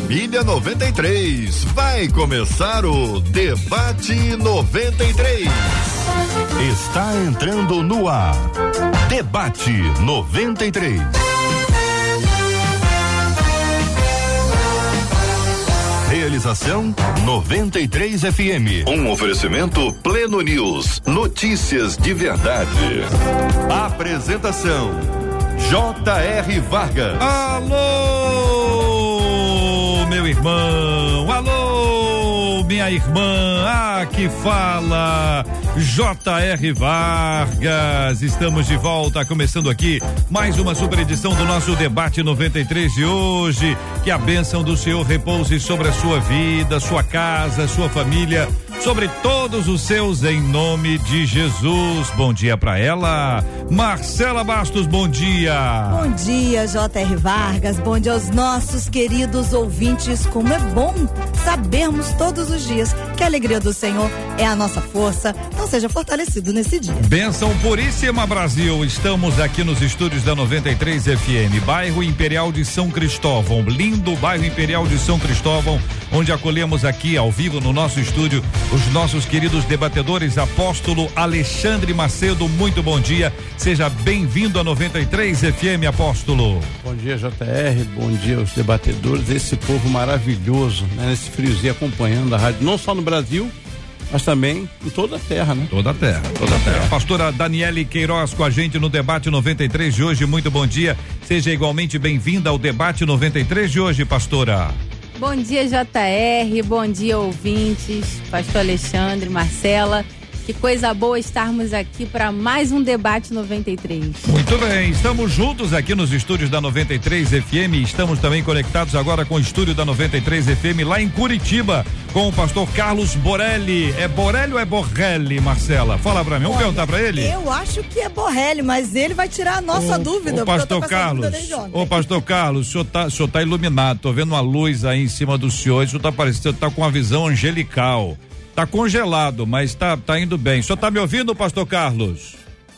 Família 93. Vai começar o Debate 93. Está entrando no ar. Debate 93. Realização 93 FM. Um oferecimento Pleno News. Notícias de verdade. Apresentação J.R. Vargas. Alô, meu irmão. Alô, minha irmã. Aqui fala J.R. Vargas. Estamos de volta, começando aqui mais uma super edição do nosso Debate 93 de hoje. Que a bênção do Senhor repouse sobre a sua vida, sua casa, sua família, sobre todos os seus, em nome de Jesus. Bom dia pra ela, Marcela Bastos, bom dia. Bom dia, J.R. Vargas, bom dia aos nossos queridos ouvintes. Como é bom sabermos todos os dias que a alegria do Senhor é a nossa força. Então seja fortalecido nesse dia. Bênção puríssima, Brasil. Estamos aqui nos estúdios da 93 FM, bairro Imperial de São Cristóvão, lindo bairro Imperial de São Cristóvão, onde acolhemos aqui ao vivo no nosso estúdio os nossos queridos debatedores. Apóstolo Alexandre Macedo, muito bom dia, seja bem-vindo a 93 FM, apóstolo. Bom dia, JR, bom dia aos debatedores, esse povo maravilhoso, né, nesse friozinho acompanhando a rádio, não só no Brasil, mas também em toda a terra, né? Toda a terra. Pastora Daniele Queiroz com a gente no Debate 93 de hoje, muito bom dia, seja igualmente bem-vinda ao Debate 93 de hoje, pastora. Bom dia, JR, bom dia, ouvintes, pastor Alexandre, Marcela. Que coisa boa estarmos aqui para mais um Debate 93. Muito bem, estamos juntos aqui nos estúdios da 93 FM, estamos também conectados agora com o estúdio da 93 FM lá em Curitiba, com o pastor Carlos Borelli. É Borelli ou é Borrelli, Marcela? Fala pra mim, vamos perguntar pra ele? Eu acho que é Borrelli, mas ele vai tirar a nossa dúvida. Ô pastor Carlos, o senhor tá iluminado, tô vendo uma luz aí em cima do senhor, o senhor tá parecendo, tá com uma visão angelical. Tá congelado, mas tá indo bem. O senhor tá me ouvindo, pastor Carlos?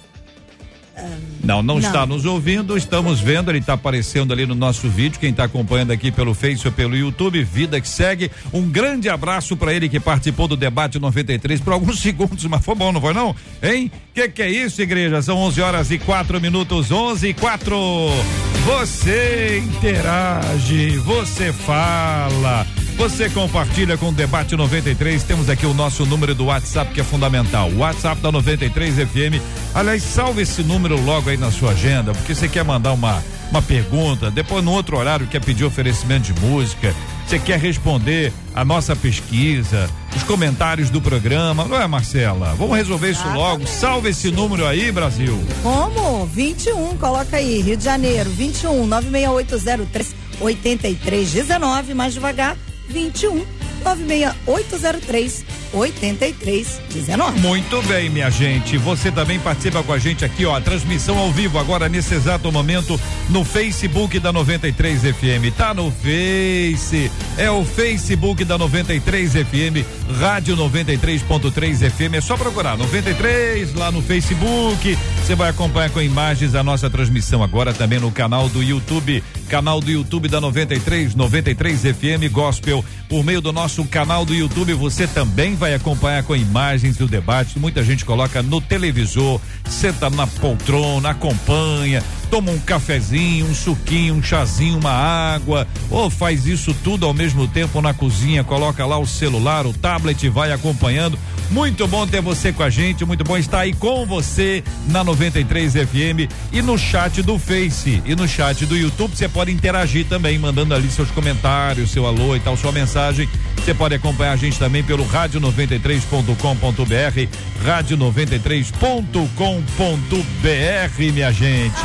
Não está nos ouvindo, estamos vendo, ele tá aparecendo ali no nosso vídeo, quem tá acompanhando aqui pelo Face ou pelo YouTube, vida que segue. Um grande abraço para ele que participou do Debate 93 por alguns segundos, mas foi bom, não foi não? Hein? Que é isso, igreja? São 11h04, 11h04. Você interage, você fala, você compartilha com o Debate 93. Temos aqui o nosso número do WhatsApp, que é fundamental. O WhatsApp da 93 FM. Aliás, salve esse número logo aí na sua agenda, porque você quer mandar uma pergunta, depois no outro horário quer pedir oferecimento de música, você quer responder a nossa pesquisa, os comentários do programa, não é, Marcela? Vamos resolver isso logo. Salve esse número aí, Brasil. Como? 21, coloca aí, Rio de Janeiro, 21 96803 8319, mais devagar, 21 96803 8319. Muito bem, minha gente. Você também participa com a gente aqui, ó. A transmissão ao vivo agora nesse exato momento no Facebook da 93 FM. Tá no Face. É o Facebook da 93 FM, Rádio 93.3 FM. É só procurar 93 lá no Facebook. Você vai acompanhar com imagens a nossa transmissão agora também no canal do YouTube. Canal do YouTube da 93 FM Gospel. Por meio do nosso canal do YouTube, você também vai acompanhar com imagens do debate. Muita gente coloca no televisor, senta na poltrona, acompanha, toma um cafezinho, um suquinho, um chazinho, uma água, ou faz isso tudo ao mesmo tempo na cozinha, coloca lá o celular, o tablet, vai acompanhando. Muito bom ter você com a gente, muito bom estar aí com você na 93 FM e no chat do Face e no chat do YouTube. Você pode interagir também, mandando ali seus comentários, seu alô e tal, sua mensagem. Você pode acompanhar a gente também pelo radio93.com.br, radio93.com.br, minha gente.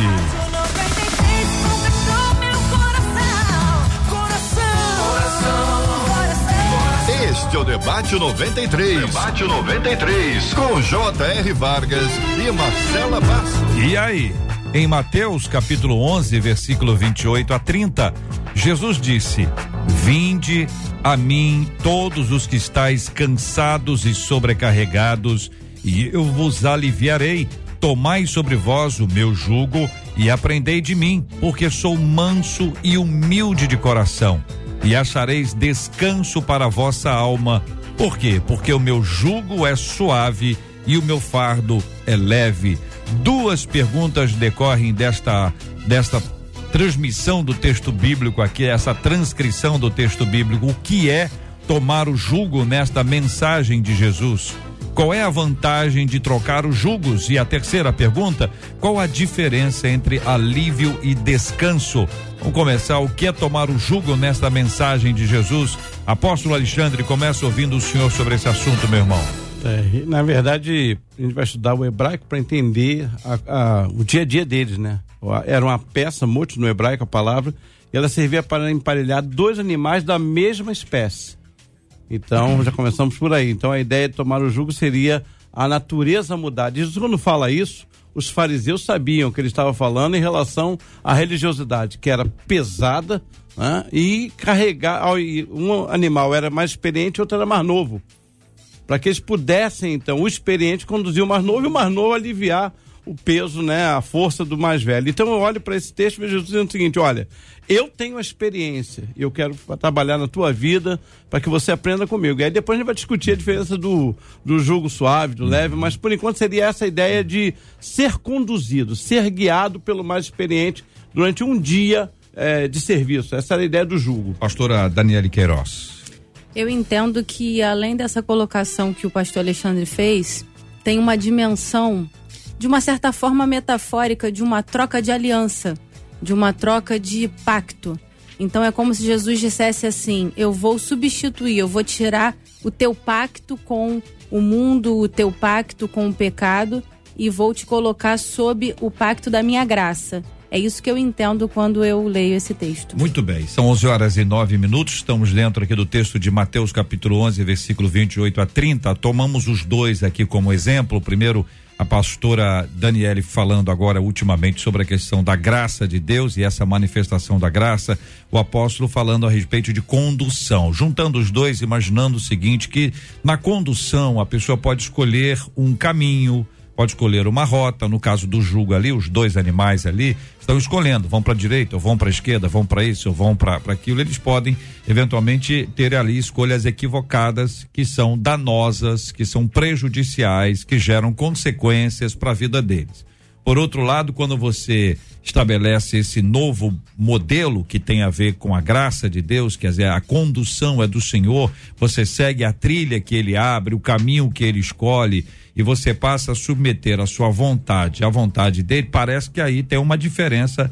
Este é o Debate 93. Debate 93. Com J.R. Vargas e Marcela Bastos. E aí? Em Mateus capítulo 11, versículo 28 a 30, Jesus disse: Vinde a mim todos os que estáis cansados e sobrecarregados, e eu vos aliviarei. Tomai sobre vós o meu jugo e aprendei de mim, porque sou manso e humilde de coração, e achareis descanso para a vossa alma. Por quê? Porque o meu jugo é suave e o meu fardo é leve. Duas perguntas decorrem desta transmissão do texto bíblico aqui, essa transcrição do texto bíblico. O que é tomar o jugo nesta mensagem de Jesus? Qual é a vantagem de trocar os jugos? E a terceira pergunta, qual a diferença entre alívio e descanso? Vamos começar, o que é tomar o jugo nesta mensagem de Jesus? Apóstolo Alexandre, começa ouvindo o senhor sobre esse assunto, meu irmão. Na verdade, a gente vai estudar o hebraico para entender o dia a dia deles, né? Era uma peça, mote no hebraico a palavra, e ela servia para emparelhar dois animais da mesma espécie. Então, já começamos por aí. Então, a ideia de tomar o jugo seria a natureza mudar. Jesus, quando fala isso, os fariseus sabiam que ele estava falando em relação à religiosidade, que era pesada, né? E carregar, um animal era mais experiente, outro era mais novo. Para que eles pudessem, então, o experiente conduzir o mais novo e o mais novo aliviar o peso, né, a força do mais velho. Então eu olho para esse texto e vejo Jesus dizendo o seguinte: olha, eu tenho a experiência e eu quero trabalhar na tua vida para que você aprenda comigo. E aí depois a gente vai discutir a diferença do jugo suave, do leve, mas por enquanto seria essa ideia de ser conduzido, ser guiado pelo mais experiente durante um dia de serviço. Essa era a ideia do jugo. Pastora Daniele Queiroz. Eu entendo que, além dessa colocação que o pastor Alexandre fez, tem uma dimensão, de uma certa forma metafórica, de uma troca de aliança, de uma troca de pacto. Então é como se Jesus dissesse assim: eu vou substituir, eu vou tirar o teu pacto com o mundo, o teu pacto com o pecado, e vou te colocar sob o pacto da minha graça. É isso que eu entendo quando eu leio esse texto. Muito bem, são 11h09, estamos dentro aqui do texto de Mateus capítulo 11, versículo 28 a 30, tomamos os dois aqui como exemplo. Primeiro, a pastora Daniele falando agora ultimamente sobre a questão da graça de Deus e essa manifestação da graça, o apóstolo falando a respeito de condução, juntando os dois, imaginando o seguinte, que na condução a pessoa pode escolher um caminho, pode escolher uma rota. No caso do jugo ali, os dois animais ali estão escolhendo, vão para a direita, ou vão para a esquerda, vão para isso, ou vão para aquilo. Eles podem eventualmente ter ali escolhas equivocadas, que são danosas, que são prejudiciais, que geram consequências para a vida deles. Por outro lado, quando você estabelece esse novo modelo que tem a ver com a graça de Deus, quer dizer, a condução é do Senhor, você segue a trilha que ele abre, o caminho que ele escolhe, e você passa a submeter a sua vontade à vontade dele, parece que aí tem uma diferença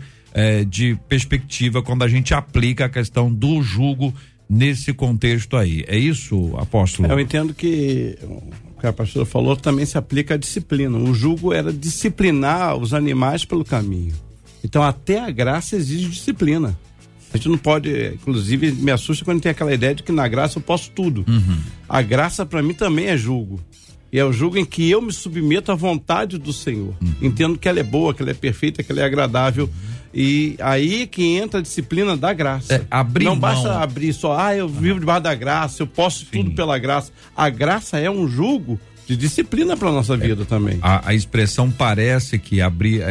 de perspectiva quando a gente aplica a questão do jugo nesse contexto aí. É isso, apóstolo? Eu entendo que o que a pastora falou também se aplica à disciplina. O jugo era disciplinar os animais pelo caminho. Então até a graça exige disciplina. A gente não pode, inclusive me assusta quando tem aquela ideia de que na graça eu posso tudo. A graça para mim também é jugo. E é o jugo em que eu me submeto à vontade do Senhor. Entendo que ela é boa, que ela é perfeita, que ela é agradável. E aí que entra a disciplina da graça. Não basta abrir só, eu vivo debaixo da graça, eu posso tudo pela graça. A graça é um jugo de disciplina para nossa vida também. A expressão parece que abrir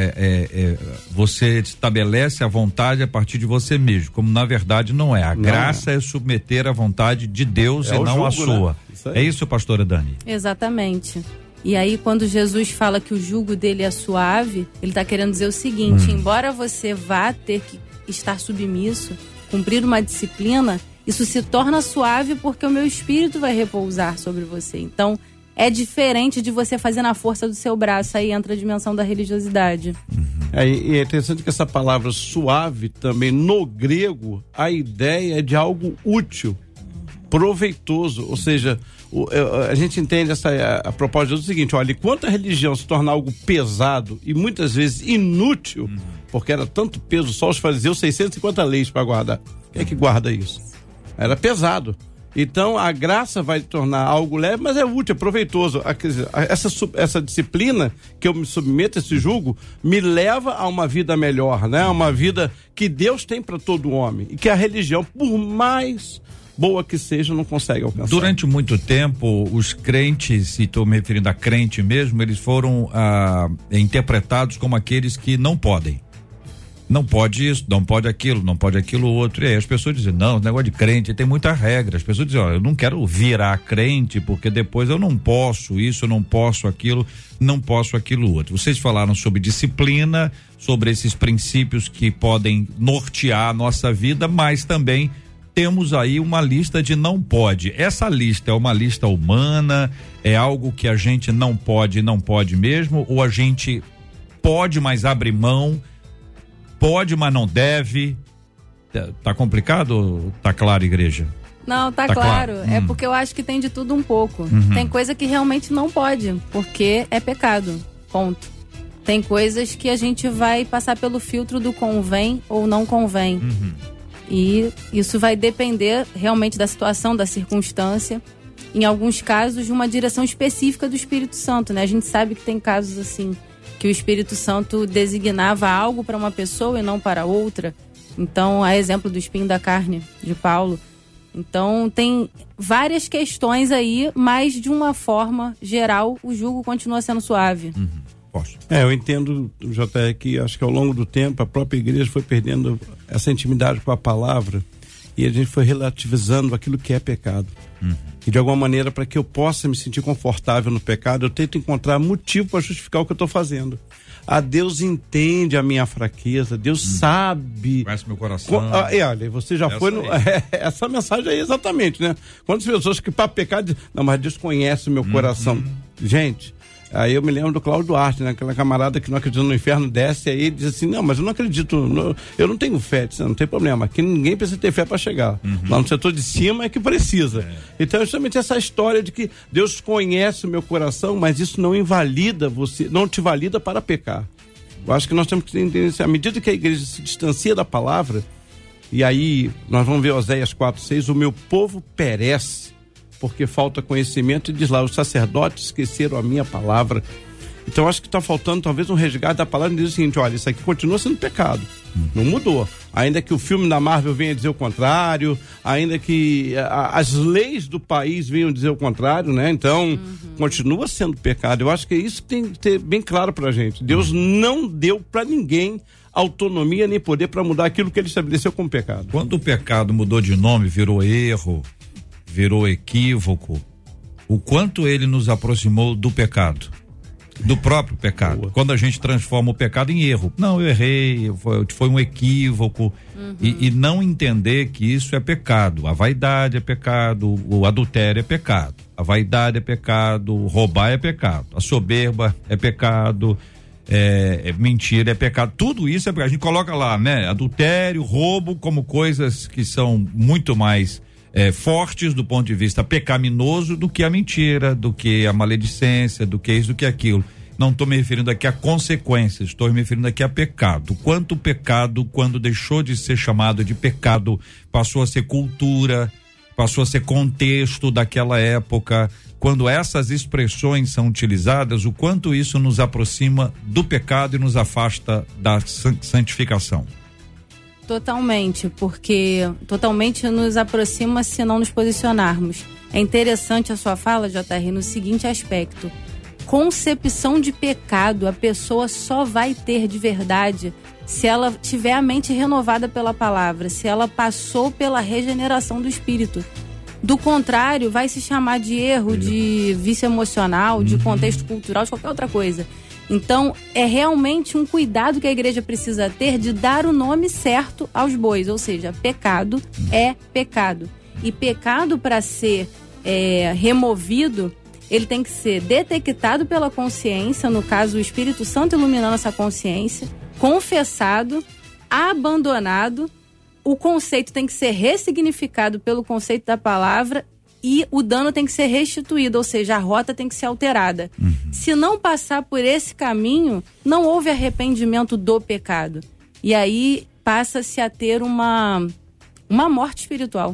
você estabelece a vontade a partir de você mesmo, como na verdade não é. A graça é submeter a vontade de Deus e não a sua. Né? É isso, pastora Dani? Exatamente. E aí, quando Jesus fala que o jugo dele é suave, ele está querendo dizer o seguinte: embora você vá ter que estar submisso, cumprir uma disciplina, isso se torna suave porque o meu espírito vai repousar sobre você. Então, é diferente de você fazer na força do seu braço. Aí entra a dimensão da religiosidade. E é interessante que essa palavra suave também, no grego, a ideia é de algo útil, proveitoso, ou seja, a gente entende a propósito do seguinte: olha, enquanto a religião se torna algo pesado e muitas vezes inútil, porque era tanto peso, só os fariseus 650 leis para guardar. Quem é que guarda isso? Era pesado. Então a graça vai tornar algo leve, mas é útil, é proveitoso. Essa disciplina que eu me submeto, esse jugo, me leva a uma vida melhor, né? Uma vida que Deus tem para todo homem e que a religião, por mais boa que seja, não consegue alcançar. Durante muito tempo, os crentes, e estou me referindo a crente mesmo, eles foram interpretados como aqueles que não podem. não pode isso, não pode aquilo outro. E aí as pessoas dizem, não, o negócio de crente tem muita regra. As pessoas dizem, eu não quero virar crente porque depois eu não posso isso, eu não posso aquilo, não posso aquilo outro. Vocês falaram sobre disciplina, sobre esses princípios que podem nortear a nossa vida, mas também temos aí uma lista de não pode. Essa lista é uma lista humana, é algo que a gente não pode mesmo, ou a gente pode, mas abre mão? Pode, mas não deve. Tá complicado ou tá claro, igreja? Não, tá claro. É porque eu acho que tem de tudo um pouco. Tem coisa que realmente não pode, porque é pecado. Ponto. Tem coisas que a gente vai passar pelo filtro do convém ou não convém. E isso vai depender realmente da situação, da circunstância. Em alguns casos, de uma direção específica do Espírito Santo, né? A gente sabe que tem casos assim, que o Espírito Santo designava algo para uma pessoa e não para outra. Então, a exemplo do espinho da carne de Paulo. Então, tem várias questões aí, mas de uma forma geral, o jugo continua sendo suave. Posso. Eu entendo, JR, que acho que ao longo do tempo a própria igreja foi perdendo essa intimidade com a palavra e a gente foi relativizando aquilo que é pecado. E de alguma maneira, para que eu possa me sentir confortável no pecado, eu tento encontrar motivo para justificar o que eu estou fazendo. Deus entende a minha fraqueza, Deus sabe. Conhece meu coração. Olha, você já foi no. Essa mensagem aí, exatamente, né? Quantas pessoas que para pecar dizem, não, mas Deus conhece o meu coração. Gente, aí eu me lembro do Cláudio Duarte, né? Aquela camarada que não acredita no inferno, desce aí e diz assim, não, mas eu não acredito, eu não tenho fé. Disse, não tem problema, aqui ninguém precisa ter fé para chegar. Lá no setor de cima é que precisa. Então é justamente essa história de que Deus conhece o meu coração, mas isso não invalida você, não te valida para pecar. Eu acho que nós temos que entender isso. À medida que a igreja se distancia da palavra, e aí nós vamos ver Oséias 4:6, o meu povo perece porque falta conhecimento, e diz lá, os sacerdotes esqueceram a minha palavra. Então acho que está faltando talvez um resgate da palavra e dizer o seguinte, olha, isso aqui continua sendo pecado, não mudou, ainda que o filme da Marvel venha dizer o contrário, ainda que as leis do país venham dizer o contrário, né? Então continua sendo pecado. Eu acho que isso tem que ter bem claro pra gente. Deus não deu para ninguém autonomia nem poder para mudar aquilo que ele estabeleceu como pecado. Quando o pecado mudou de nome, virou erro, virou equívoco, o quanto ele nos aproximou do pecado, do próprio pecado. Boa. Quando a gente transforma o pecado em erro, não, eu errei, foi um equívoco, e não entender que isso é pecado. A vaidade é pecado, o adultério é pecado, a vaidade é pecado, roubar é pecado, a soberba é pecado, mentira é pecado, tudo isso é pecado. A gente coloca lá, né, adultério, roubo como coisas que são muito mais fortes do ponto de vista pecaminoso do que a mentira, do que a maledicência, do que isso, do que aquilo. Não estou me referindo aqui a consequências, estou me referindo aqui a pecado. Quanto o pecado, quando deixou de ser chamado de pecado, passou a ser cultura, passou a ser contexto daquela época. Quando essas expressões são utilizadas, o quanto isso nos aproxima do pecado e nos afasta da santificação. Totalmente, porque totalmente nos aproxima se não nos posicionarmos. É interessante a sua fala, JR, no seguinte aspecto: concepção de pecado, a pessoa só vai ter de verdade se ela tiver a mente renovada pela palavra, se ela passou pela regeneração do espírito. Do contrário, vai se chamar de erro, de vício emocional, de contexto cultural, de qualquer outra coisa. Então, é realmente um cuidado que a igreja precisa ter de dar o nome certo aos bois, ou seja, pecado é pecado. E pecado, para ser removido, ele tem que ser detectado pela consciência, no caso o Espírito Santo iluminando essa consciência, confessado, abandonado, o conceito tem que ser ressignificado pelo conceito da palavra e o dano tem que ser restituído, ou seja, a rota tem que ser alterada. Se não passar por esse caminho, não houve arrependimento do pecado. E aí passa-se a ter uma morte espiritual.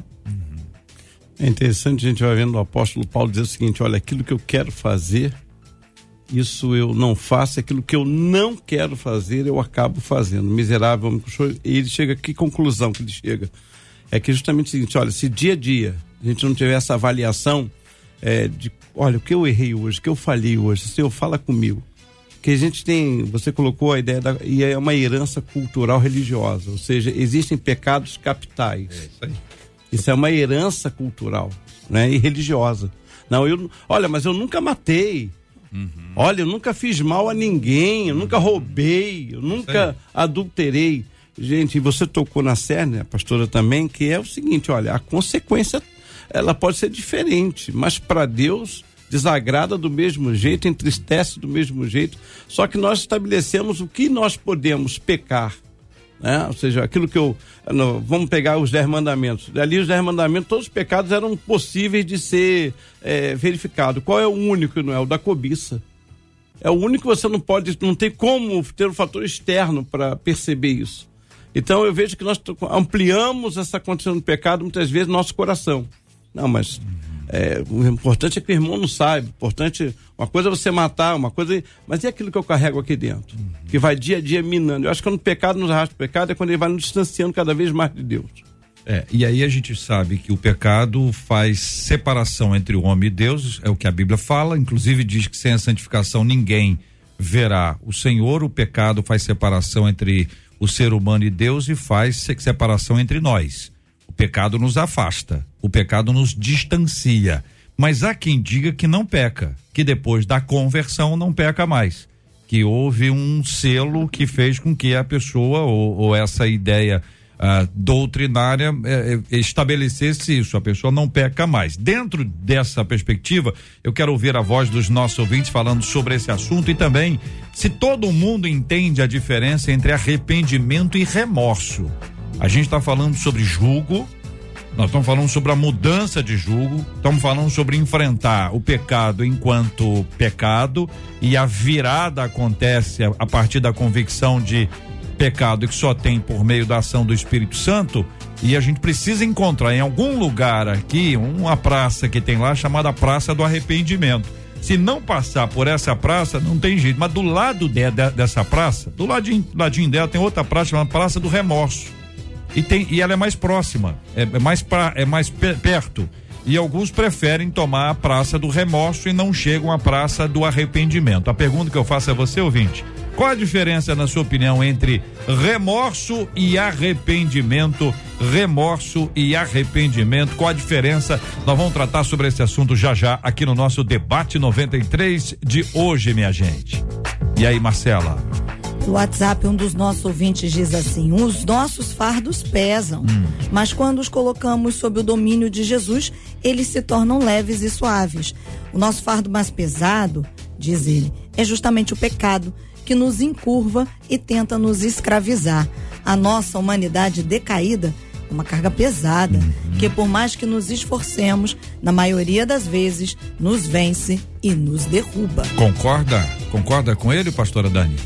É interessante, a gente vai vendo o apóstolo Paulo dizer o seguinte, olha, aquilo que eu quero fazer, isso eu não faço, aquilo que eu não quero fazer, eu acabo fazendo. Miserável, e ele chega, que conclusão que ele chega? É que justamente o seguinte, olha, se dia a dia a gente não tiver essa avaliação de, olha, o que eu errei hoje, o que eu falhei hoje, Senhor, fala comigo. que a gente tem, você colocou a ideia e é uma herança cultural religiosa, ou seja, existem pecados capitais. Isso aí. Isso é uma herança cultural, né, e religiosa. Não, mas eu nunca matei. Olha, eu nunca fiz mal a ninguém, eu nunca roubei, eu nunca adulterei. Gente, e você tocou na cerne, a pastora também, que é o seguinte, olha, a consequência, ela pode ser diferente, mas para Deus desagrada do mesmo jeito, entristece do mesmo jeito, só que nós estabelecemos o que nós podemos pecar, né? Ou seja, aquilo que vamos pegar os 10 mandamentos, ali os 10 mandamentos, todos os pecados eram possíveis de ser verificados. Qual é o único que não é? O da cobiça. É o único que você não tem como ter um fator externo para perceber isso. Então eu vejo que nós ampliamos essa condição do pecado muitas vezes no nosso coração. Não, mas o importante é que o irmão não saiba. Uma coisa é você matar, mas e aquilo que eu carrego aqui dentro? Que vai dia a dia minando. Eu acho que quando o pecado nos arrasta o pecado é quando ele vai nos distanciando cada vez mais de Deus. E aí a gente sabe que o pecado faz separação entre o homem e Deus, é o que a Bíblia fala, inclusive diz que sem a santificação ninguém verá o Senhor. O pecado faz separação entre o ser humano e Deus e faz separação entre nós. O pecado nos afasta, o pecado nos distancia, mas há quem diga que não peca, que depois da conversão não peca mais, que houve um selo que fez com que a pessoa ou essa ideia doutrinária estabelecesse isso, a pessoa não peca mais. Dentro dessa perspectiva, eu quero ouvir a voz dos nossos ouvintes falando sobre esse assunto e também se todo mundo entende a diferença entre arrependimento e remorso. A gente está falando sobre julgo, nós estamos falando sobre a mudança de julgo, estamos falando sobre enfrentar o pecado enquanto pecado, e a virada acontece a partir da convicção de pecado que só tem por meio da ação do Espírito Santo, e a gente precisa encontrar em algum lugar aqui uma praça que tem lá chamada Praça do Arrependimento. Se não passar por essa praça, não tem jeito, mas do lado dessa praça, do ladinho dela tem outra praça chamada Praça do Remorso. E ela é mais próxima, é mais perto. E alguns preferem tomar a Praça do Remorso e não chegam à Praça do Arrependimento. A pergunta que eu faço a você, ouvinte: qual a diferença, na sua opinião, entre remorso e arrependimento? Remorso e arrependimento, qual a diferença? Nós vamos tratar sobre esse assunto já aqui no nosso Debate 93 de hoje, minha gente. E aí, Marcela? No WhatsApp, um dos nossos ouvintes diz assim: os nossos fardos pesam, mas quando os colocamos sob o domínio de Jesus, eles se tornam leves e suaves. O nosso fardo mais pesado, diz ele, é justamente o pecado, que nos encurva e tenta nos escravizar. A nossa humanidade decaída é uma carga pesada, que por mais que nos esforcemos, na maioria das vezes, nos vence e nos derruba. Concorda com ele, pastora Dani?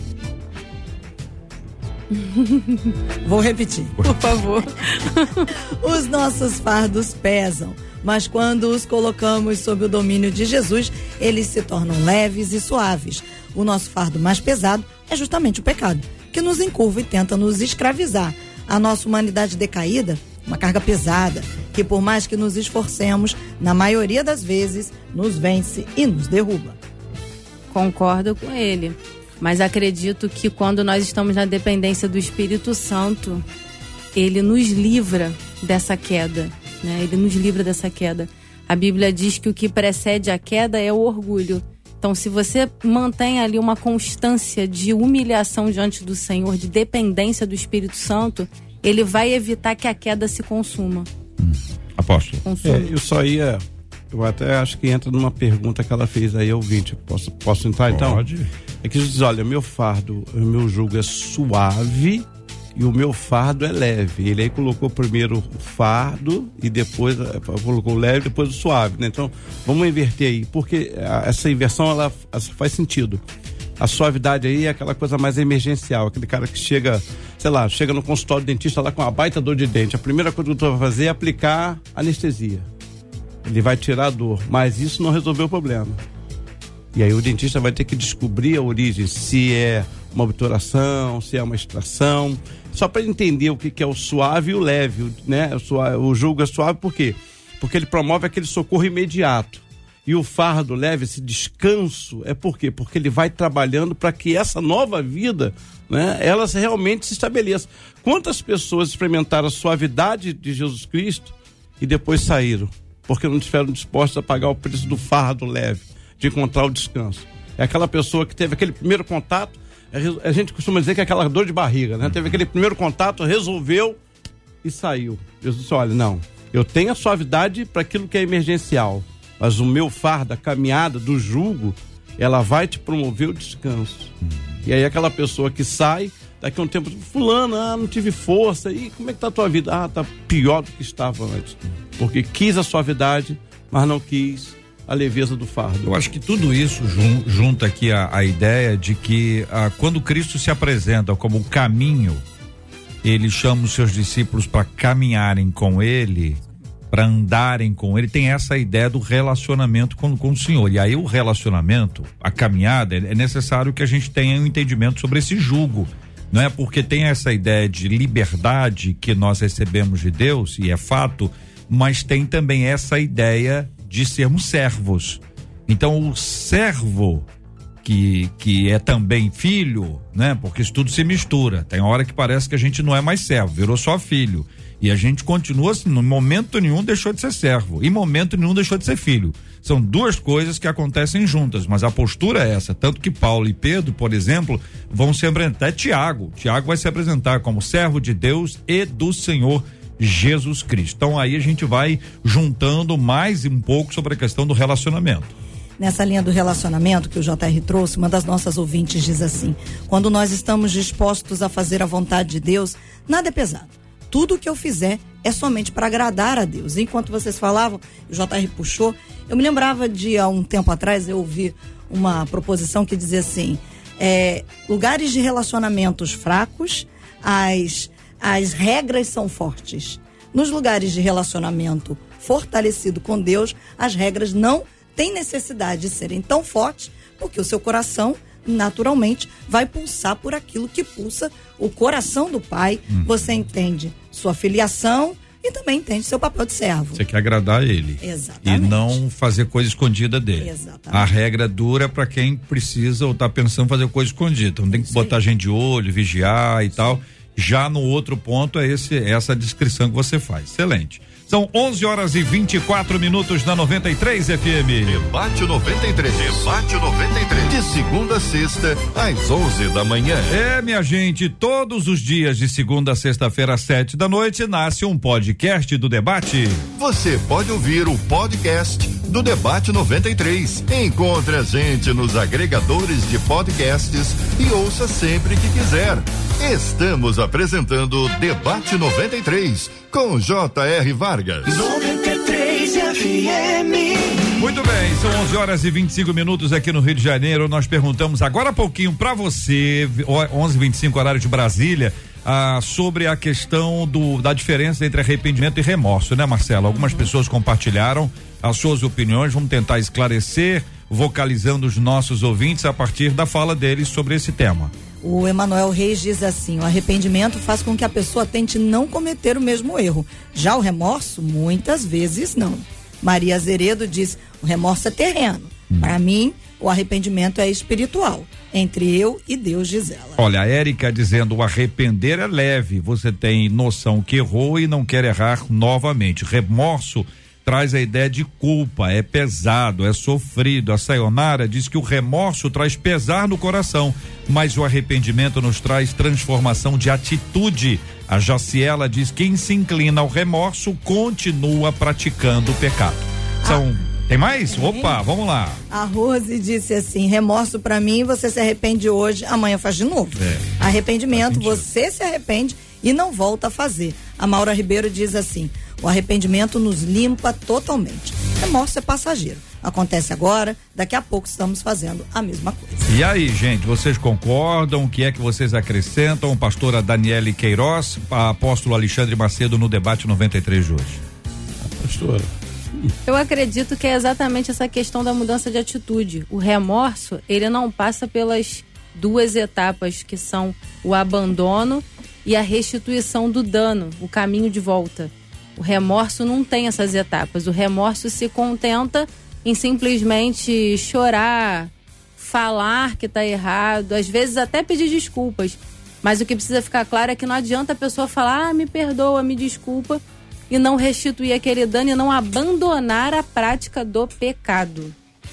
Vou repetir, por favor. Os nossos fardos pesam, mas quando os colocamos sob o domínio de Jesus, eles se tornam leves e suaves. O nosso fardo mais pesado é justamente o pecado, que nos encurva e tenta nos escravizar. A nossa humanidade decaída, uma carga pesada, que por mais que nos esforcemos, na maioria das vezes, nos vence e nos derruba. Concordo com ele. Mas acredito que quando nós estamos na dependência do Espírito Santo, ele nos livra dessa queda, né? Ele nos livra dessa queda. A Bíblia diz que o que precede a queda é o orgulho. Então, se você mantém ali uma constância de humilhação diante do Senhor, de dependência do Espírito Santo, ele vai evitar que a queda se consuma. Apóstolo. Eu até acho que entra numa pergunta que ela fez aí, ouvinte. Posso entrar então? Pode. É que diz, olha, meu jugo é suave e o meu fardo é leve. Ele aí colocou primeiro o fardo e depois colocou o leve e depois o suave, né? Então, vamos inverter aí, porque essa inversão, ela faz sentido. A suavidade aí é aquela coisa mais emergencial, aquele cara que chega no consultório do dentista lá com uma baita dor de dente. A primeira coisa que o doutor vai fazer é aplicar anestesia. Ele vai tirar a dor, mas isso não resolveu o problema. E aí o dentista vai ter que descobrir a origem, se é uma obturação, se é uma extração, só para entender o que é o suave e o leve, né? O jugo é suave por quê? Porque ele promove aquele socorro imediato. E o fardo leve, esse descanso, é por quê? Porque ele vai trabalhando para que essa nova vida, né, ela realmente se estabeleça. Quantas pessoas experimentaram a suavidade de Jesus Cristo e depois saíram? Porque não estiveram dispostos a pagar o preço do fardo leve, de encontrar o descanso. É aquela pessoa que teve aquele primeiro contato, a gente costuma dizer que é aquela dor de barriga, né? Teve aquele primeiro contato, resolveu e saiu. Jesus disse, olha, não, eu tenho a suavidade para aquilo que é emergencial, mas o meu fardo, a caminhada do jugo, ela vai te promover o descanso. E aí aquela pessoa que sai, daqui a um tempo, fulano, não tive força, e como é que tá a tua vida? Tá pior do que estava antes. Porque quis a suavidade, mas não quis a leveza do fardo. Eu acho que tudo isso junta aqui a ideia de que quando Cristo se apresenta como o caminho, ele chama os seus discípulos para caminharem com ele, para andarem com ele, tem essa ideia do relacionamento com o Senhor. E aí o relacionamento, a caminhada, é necessário que a gente tenha um entendimento sobre esse jugo, não é? Porque tem essa ideia de liberdade que nós recebemos de Deus, e é fato, mas tem também essa ideia de sermos servos. Então o servo que é também filho, né? Porque isso tudo se mistura. Tem hora que parece que a gente não é mais servo, virou só filho. E a gente continua assim, no momento nenhum deixou de ser servo, em momento nenhum deixou de ser filho. São duas coisas que acontecem juntas, mas a postura é essa. Tanto que Paulo e Pedro, por exemplo, vão se apresentar. Tiago vai se apresentar como servo de Deus e do Senhor Jesus Cristo. Então aí a gente vai juntando mais um pouco sobre a questão do relacionamento. Nessa linha do relacionamento que o JR trouxe, uma das nossas ouvintes diz assim: quando nós estamos dispostos a fazer a vontade de Deus, nada é pesado. Tudo o que eu fizer é somente para agradar a Deus. Enquanto vocês falavam, o JR puxou, eu me lembrava de há um tempo atrás, eu ouvi uma proposição que dizia assim, lugares de relacionamentos fracos, as regras são fortes. Nos lugares de relacionamento fortalecido com Deus, as regras não têm necessidade de serem tão fortes, porque o seu coração naturalmente vai pulsar por aquilo que pulsa o coração do Pai. Você entende sua filiação e também entende seu papel de servo. Você quer agradar ele. Exatamente. E não fazer coisa escondida dele. Exatamente. A regra dura para quem precisa ou tá pensando em fazer coisa escondida. Então tem que botar gente de olho, vigiar e tal. Já no outro ponto é essa descrição que você faz. Excelente. São 11h24 na 93 FM. Debate 93. Debate 93. De segunda a sexta, às 11 da manhã. Minha gente, todos os dias de segunda a sexta-feira às 7 da noite nasce um podcast do Debate. Você pode ouvir o podcast do Debate 93. Encontre a gente nos agregadores de podcasts e ouça sempre que quiser. Estamos apresentando Debate 93 com J.R. Vargas. 93 FM. Muito bem, são 11h25 aqui no Rio de Janeiro. Nós perguntamos agora há pouquinho para você, 11h25 horário de Brasília, sobre a questão da diferença entre arrependimento e remorso, né, Marcelo? Algumas pessoas compartilharam as suas opiniões, vamos tentar esclarecer, vocalizando os nossos ouvintes a partir da fala deles sobre esse tema. O Emanuel Reis diz assim: o arrependimento faz com que a pessoa tente não cometer o mesmo erro. Já o remorso, muitas vezes não. Maria Azeredo diz: o remorso é terreno. Para mim, o arrependimento é espiritual. Entre eu e Deus, diz ela. Olha, a Érica dizendo: o arrepender é leve. Você tem noção que errou e não quer errar novamente. Remorso traz a ideia de culpa, é pesado, é sofrido. A Sayonara diz que o remorso traz pesar no coração, mas o arrependimento nos traz transformação de atitude. A Jaciela diz que quem se inclina ao remorso continua praticando o pecado. Tem mais? Opa, vamos lá. A Rose disse assim: remorso pra mim, você se arrepende hoje, amanhã faz de novo. Arrependimento, você se arrepende e não volta a fazer. A Maura Ribeiro diz assim: o arrependimento nos limpa totalmente. Remorso é passageiro. Acontece agora, daqui a pouco estamos fazendo a mesma coisa. E aí, gente, vocês concordam? O que é que vocês acrescentam? Pastora Daniele Queiroz, apóstolo Alexandre Macedo no Debate 93 de hoje. Pastora. Eu acredito que é exatamente essa questão da mudança de atitude. O remorso, ele não passa pelas duas etapas que são o abandono e a restituição do dano, o caminho de volta. O remorso não tem essas etapas. O remorso se contenta em simplesmente chorar, falar que está errado, às vezes até pedir desculpas. Mas o que precisa ficar claro é que não adianta a pessoa falar, me perdoa, me desculpa, e não restituir aquele dano e não abandonar a prática do pecado.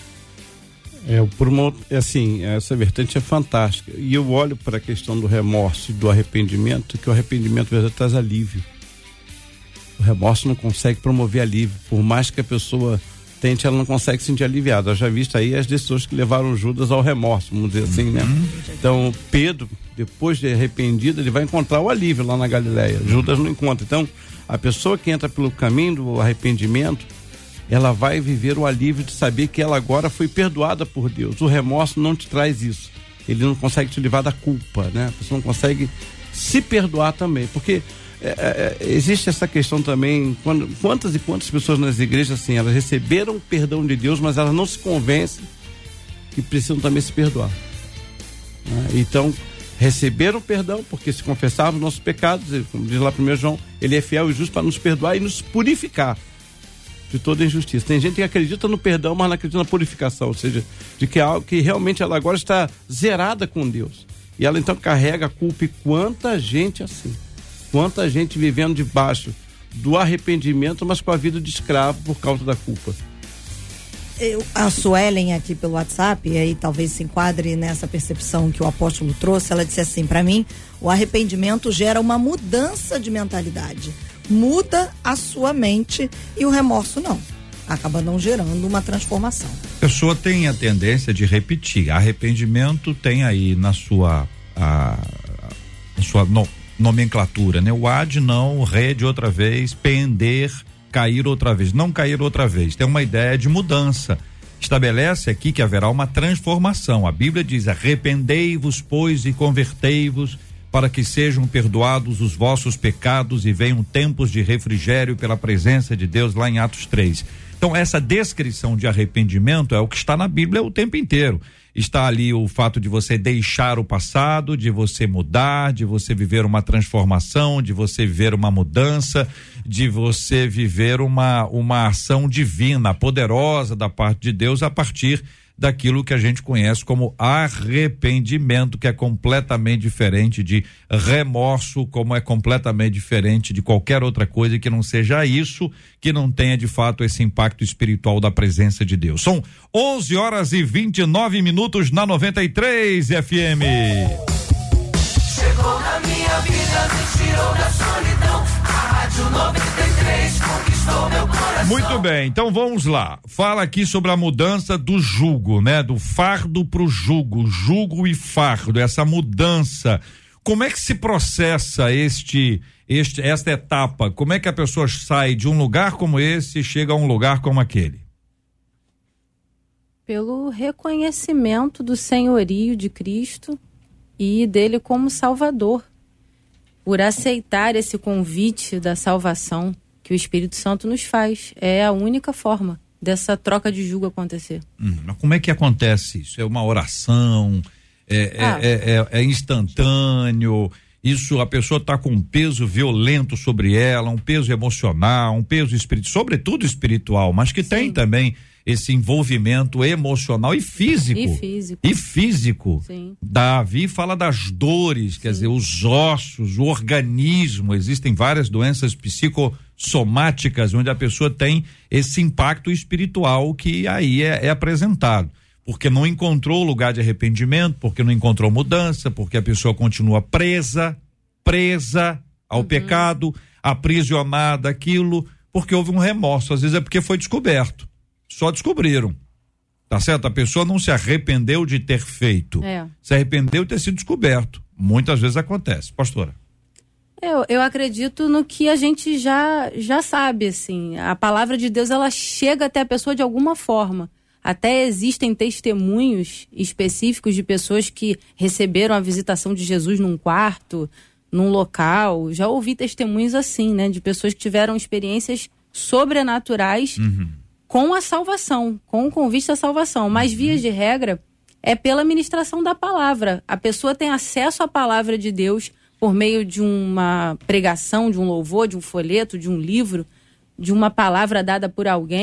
Essa vertente é fantástica. E eu olho para a questão do remorso e do arrependimento, que o arrependimento verdadeiro traz alívio. O remorso não consegue promover alívio. Por mais que a pessoa tente, ela não consegue se sentir aliviada. Eu já vi aí as decisões que levaram Judas ao remorso, vamos dizer assim, né? Então, Pedro, depois de arrependido, ele vai encontrar o alívio lá na Galileia. Judas não encontra. Então, a pessoa que entra pelo caminho do arrependimento, ela vai viver o alívio de saber que ela agora foi perdoada por Deus. O remorso não te traz isso. Ele não consegue te livrar da culpa, né? A pessoa não consegue se perdoar também, porque existe essa questão também, quantas e quantas pessoas nas igrejas, assim, elas receberam o perdão de Deus, mas elas não se convencem que precisam também se perdoar, né? Então, receberam o perdão, porque se confessarmos nossos pecados, como diz lá 1 João, ele é fiel e justo para nos perdoar e nos purificar de toda injustiça. Tem gente que acredita no perdão, mas não acredita na purificação, ou seja, de que é algo que realmente ela agora está zerada com Deus. E ela então carrega a culpa. E quanta gente assim, quanta gente vivendo debaixo do arrependimento, mas com a vida de escravo por causa da culpa. A Suelen aqui pelo WhatsApp, e aí talvez se enquadre nessa percepção que o apóstolo trouxe, ela disse assim, para mim, o arrependimento gera uma mudança de mentalidade. Muda a sua mente e o remorso não. Acaba não gerando uma transformação. A pessoa tem a tendência de repetir. Arrependimento tem aí na sua nomenclatura, né? O ad não, re de outra vez, pender, cair outra vez, não cair outra vez. Tem uma ideia de mudança. Estabelece aqui que haverá uma transformação. A Bíblia diz: arrependei-vos, pois, e convertei-vos, para que sejam perdoados os vossos pecados e venham tempos de refrigério pela presença de Deus, lá em Atos 3. Então, essa descrição de arrependimento é o que está na Bíblia o tempo inteiro. Está ali o fato de você deixar o passado, de você mudar, de você viver uma transformação, de você viver uma mudança, de você viver uma ação divina, poderosa da parte de Deus a partir daquilo que a gente conhece como arrependimento, que é completamente diferente de remorso, como é completamente diferente de qualquer outra coisa que não seja isso, que não tenha de fato esse impacto espiritual da presença de Deus. São 11h29 na 93 FM. Chegou na minha vida, me tirou da solidão. A Rádio 93 conquistou meu coração. Muito bem, então vamos lá. Fala aqui sobre a mudança do jugo, né? Do fardo pro jugo, jugo e fardo, essa mudança. Como é que se processa esta etapa? Como é que a pessoa sai de um lugar como esse e chega a um lugar como aquele? Pelo reconhecimento do senhorio de Cristo e dele como Salvador, por aceitar esse convite da salvação que o Espírito Santo nos faz. É a única forma dessa troca de jugo acontecer. Mas como é que acontece isso? É uma oração? É instantâneo? Isso, a pessoa está com um peso violento sobre ela, um peso emocional, um peso espiritual, sobretudo espiritual, mas que tem também esse envolvimento emocional e físico. E físico. Sim. Davi fala das dores, quer dizer, os ossos, o organismo. Existem várias doenças psicossomáticas onde a pessoa tem esse impacto espiritual que aí é apresentado. Porque não encontrou lugar de arrependimento, porque não encontrou mudança, porque a pessoa continua presa ao pecado, aprisionada àquilo, porque houve um remorso. Às vezes é porque foi descoberto. Só descobriram, tá certo? A pessoa não se arrependeu de ter feito, se arrependeu de ter sido descoberto. Muitas vezes acontece. Pastora. Eu acredito no que a gente já sabe, assim. A palavra de Deus, ela chega até a pessoa de alguma forma. Até existem testemunhos específicos de pessoas que receberam a visitação de Jesus num quarto, num local. Já ouvi testemunhos assim, né? De pessoas que tiveram experiências sobrenaturais com a salvação, com o convite à salvação. Mas, via de regra, é pela ministração da palavra. A pessoa tem acesso à palavra de Deus por meio de uma pregação, de um louvor, de um folheto, de um livro, de uma palavra dada por alguém.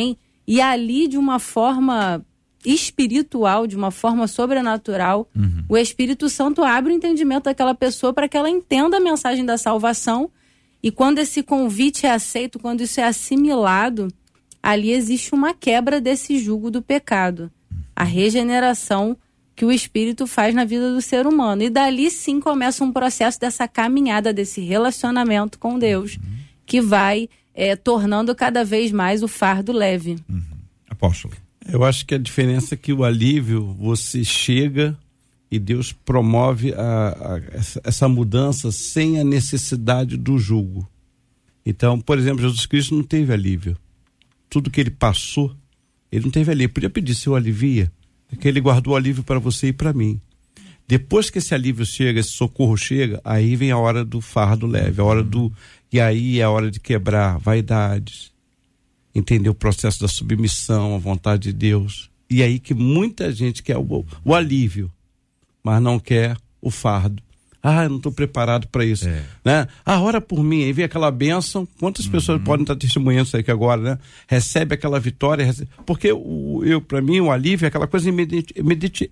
E ali, de uma forma espiritual, de uma forma sobrenatural, o Espírito Santo abre o entendimento daquela pessoa para que ela entenda a mensagem da salvação. E quando esse convite é aceito, quando isso é assimilado, ali existe uma quebra desse jugo do pecado. A regeneração que o Espírito faz na vida do ser humano. E dali sim começa um processo dessa caminhada, desse relacionamento com Deus, que vai tornando cada vez mais o fardo leve. Apóstolo. Eu acho que a diferença é que o alívio, você chega e Deus promove essa mudança sem a necessidade do jugo. Então, por exemplo, Jesus Cristo não teve alívio. Tudo que ele passou, ele não teve alívio. Podia pedir, Senhor, alivia, porque ele guardou o alívio para você e para mim. Depois que esse alívio chega, esse socorro chega, aí vem a hora do fardo leve, a hora e aí é a hora de quebrar vaidades, entender o processo da submissão à vontade de Deus. E aí que muita gente quer o alívio, mas não quer o fardo. Eu não estou preparado para isso, né? Ora por mim, aí vem aquela bênção. Quantas pessoas podem estar testemunhando isso aqui agora, né? Recebe aquela vitória, porque para mim o alívio é aquela coisa imediatista.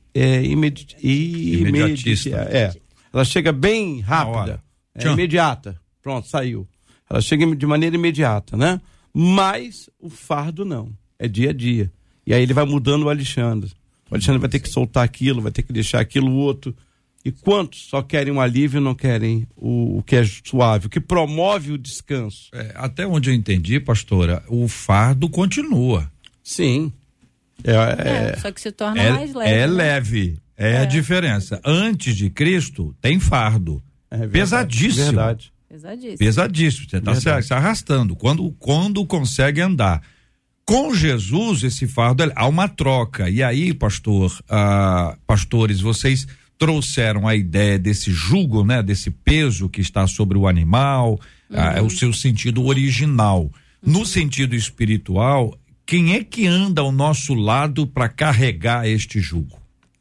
Ela chega bem rápida, imediata. Pronto, saiu. Ela chega de maneira imediata, né? Mas o fardo não, é dia a dia. E aí ele vai mudando o Alexandre. O Alexandre vai ter que soltar aquilo, vai ter que deixar aquilo outro. E quantos só querem um alívio e não querem o que é suave, o que promove o descanso? Até onde eu entendi, pastora, o fardo continua. Sim. Só que se torna mais leve. É leve, a diferença. Antes de Cristo, tem fardo. Pesadíssimo. Verdade. Pesadíssimo. Você está se arrastando. Quando consegue andar. Com Jesus, esse fardo, há uma troca. E aí, pastores, vocês trouxeram a ideia desse jugo, né? Desse peso que está sobre o animal, o seu sentido original. No sentido espiritual, quem é que anda ao nosso lado para carregar este jugo?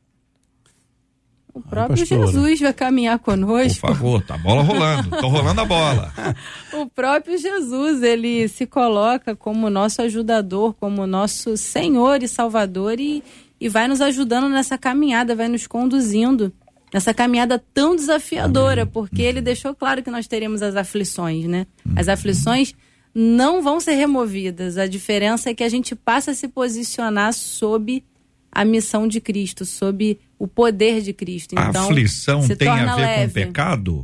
O próprio Jesus vai caminhar conosco. Por favor, tá a bola rolando, tô rolando a bola. O próprio Jesus, ele se coloca como nosso ajudador, como nosso Senhor e Salvador e vai nos ajudando nessa caminhada, vai nos conduzindo nessa caminhada tão desafiadora, porque ele deixou claro que nós teremos as aflições, né? As aflições não vão ser removidas, a diferença é que a gente passa a se posicionar sob a missão de Cristo, sob o poder de Cristo. Então, a aflição tem a ver leve. com pecado?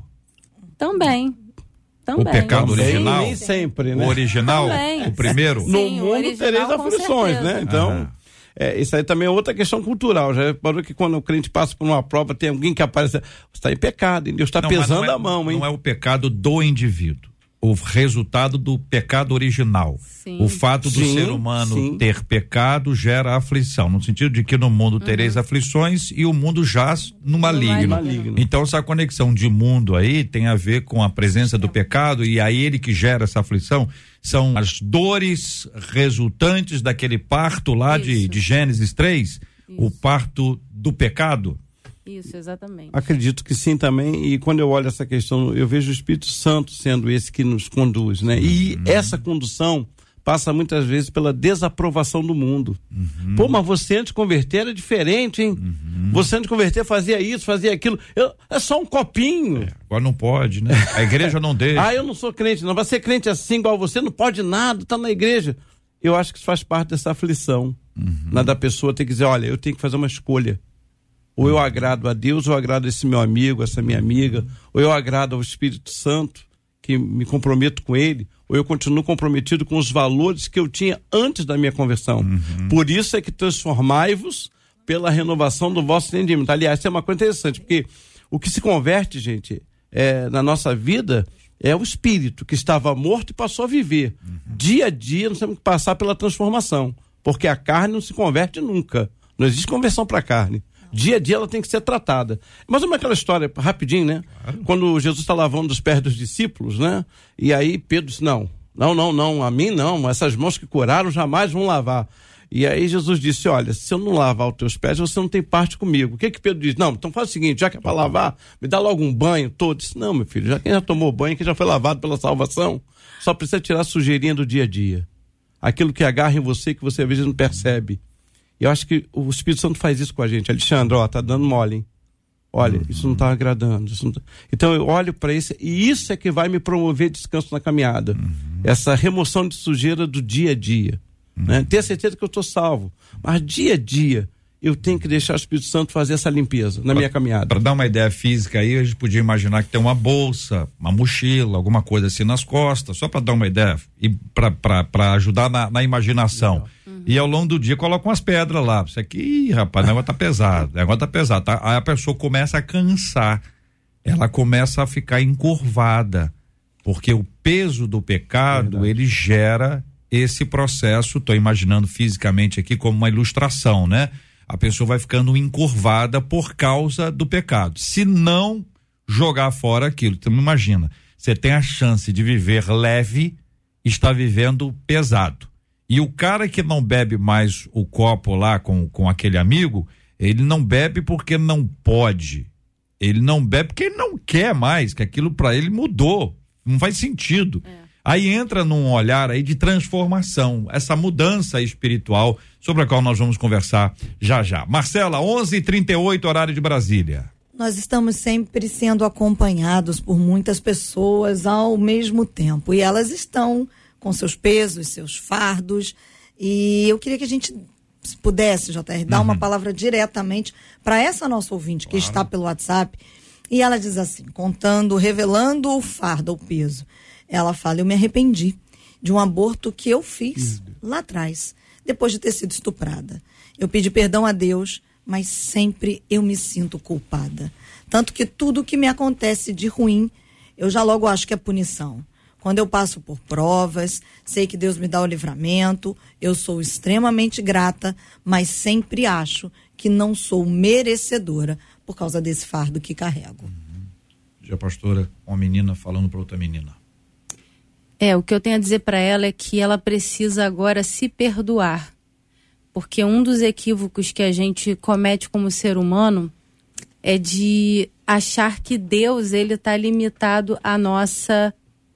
Também. O pecado original? Nem sempre, né? O original? Também. O primeiro? Sim, no mundo tereis aflições, né? Então, isso aí também é outra questão cultural. Já reparou que quando o crente passa por uma prova, tem alguém que aparece, você está em pecado, Deus está pesando a mão, hein? Não é o pecado do indivíduo. O resultado do pecado original. Sim. O fato do ser humano ter pecado gera aflição, no sentido de que no mundo tereis aflições e o mundo jaz no maligno. Então essa conexão de mundo aí tem a ver com a presença do pecado e aí ele que gera essa aflição são as dores resultantes daquele parto lá de Gênesis 3, o parto do pecado. Isso, exatamente. Acredito que sim também, e quando eu olho essa questão, eu vejo o Espírito Santo sendo esse que nos conduz, né? E essa condução passa muitas vezes pela desaprovação do mundo. Pô, mas você antes de converter era diferente, hein? Você antes de converter fazia isso, fazia aquilo. É só um copinho. Agora não pode, né? A igreja não deixa. Eu não sou crente, não. Vai ser crente assim, igual você, não pode nada, tá na igreja. Eu acho que isso faz parte dessa aflição. Da pessoa ter que dizer, olha, eu tenho que fazer uma escolha. Ou eu agrado a Deus, ou eu agrado esse meu amigo, essa minha amiga, ou eu agrado ao Espírito Santo, que me comprometo com ele, ou eu continuo comprometido com os valores que eu tinha antes da minha conversão. Por isso é que transformai-vos pela renovação do vosso entendimento. Aliás, isso é uma coisa interessante, porque o que se converte, gente, na nossa vida, é o espírito que estava morto e passou a viver. Dia a dia nós temos que passar pela transformação, porque a carne não se converte nunca. Não existe conversão para a carne. Dia a dia ela tem que ser tratada. Mas uma aquela história, rapidinho, né? Claro. Quando Jesus está lavando os pés dos discípulos, né? E aí Pedro disse, não, a mim não, essas mãos que curaram jamais vão lavar. E aí Jesus disse, olha, se eu não lavar os teus pés, você não tem parte comigo. O que Pedro disse? Não, então faz o seguinte, já que é para lavar, me dá logo um banho todo. Disse, não, meu filho, quem já tomou banho, quem já foi lavado pela salvação, só precisa tirar a sujeirinha do dia a dia. aquilo que agarra em você, que você às vezes não percebe. E eu acho que o Espírito Santo faz isso com a gente. Alexandre, tá dando mole, hein? Olha, isso não está agradando. Então eu olho para isso, e isso é que vai me promover descanso na caminhada. Essa remoção de sujeira do dia a dia. Né? Ter certeza que eu estou salvo. Mas dia a dia eu tenho que deixar o Espírito Santo fazer essa limpeza na minha caminhada. Para dar uma ideia física aí, a gente podia imaginar que tem uma bolsa, uma mochila, alguma coisa assim nas costas, só para dar uma ideia e para ajudar na imaginação. E ao longo do dia coloca umas pedras lá. Isso aqui, rapaz, o negócio tá pesado. Tá? Aí a pessoa começa a cansar. Ela começa a ficar encurvada. Porque o peso do pecado, ele gera esse processo. Tô imaginando fisicamente aqui como uma ilustração, né? A pessoa vai ficando encurvada por causa do pecado. Se não jogar fora aquilo, então imagina, você tem a chance de viver leve, está vivendo pesado. E o cara que não bebe mais o copo lá com aquele amigo, ele não bebe porque não pode. Ele não bebe porque ele não quer mais, que aquilo para ele mudou. Não faz sentido. Aí entra num olhar aí de transformação, essa mudança espiritual sobre a qual nós vamos conversar já já. Marcela, 11h38, horário de Brasília. Nós estamos sempre sendo acompanhados por muitas pessoas ao mesmo tempo, e elas estão com seus pesos, seus fardos, e eu queria que a gente pudesse, JR, dar uma palavra diretamente para essa nossa ouvinte que está pelo WhatsApp, e ela diz assim, revelando o fardo, o peso. Ela fala, eu me arrependi de um aborto que eu fiz lá atrás, depois de ter sido estuprada. Eu pedi perdão a Deus, mas sempre eu me sinto culpada. Tanto que tudo que me acontece de ruim, eu já logo acho que é punição. Quando eu passo por provas, sei que Deus me dá o livramento, eu sou extremamente grata, mas sempre acho que não sou merecedora por causa desse fardo que carrego. Já pastora, uma menina falando para outra menina. O que eu tenho a dizer para ela é que ela precisa agora se perdoar. Porque um dos equívocos que a gente comete como ser humano é de achar que Deus, ele está limitado à nossa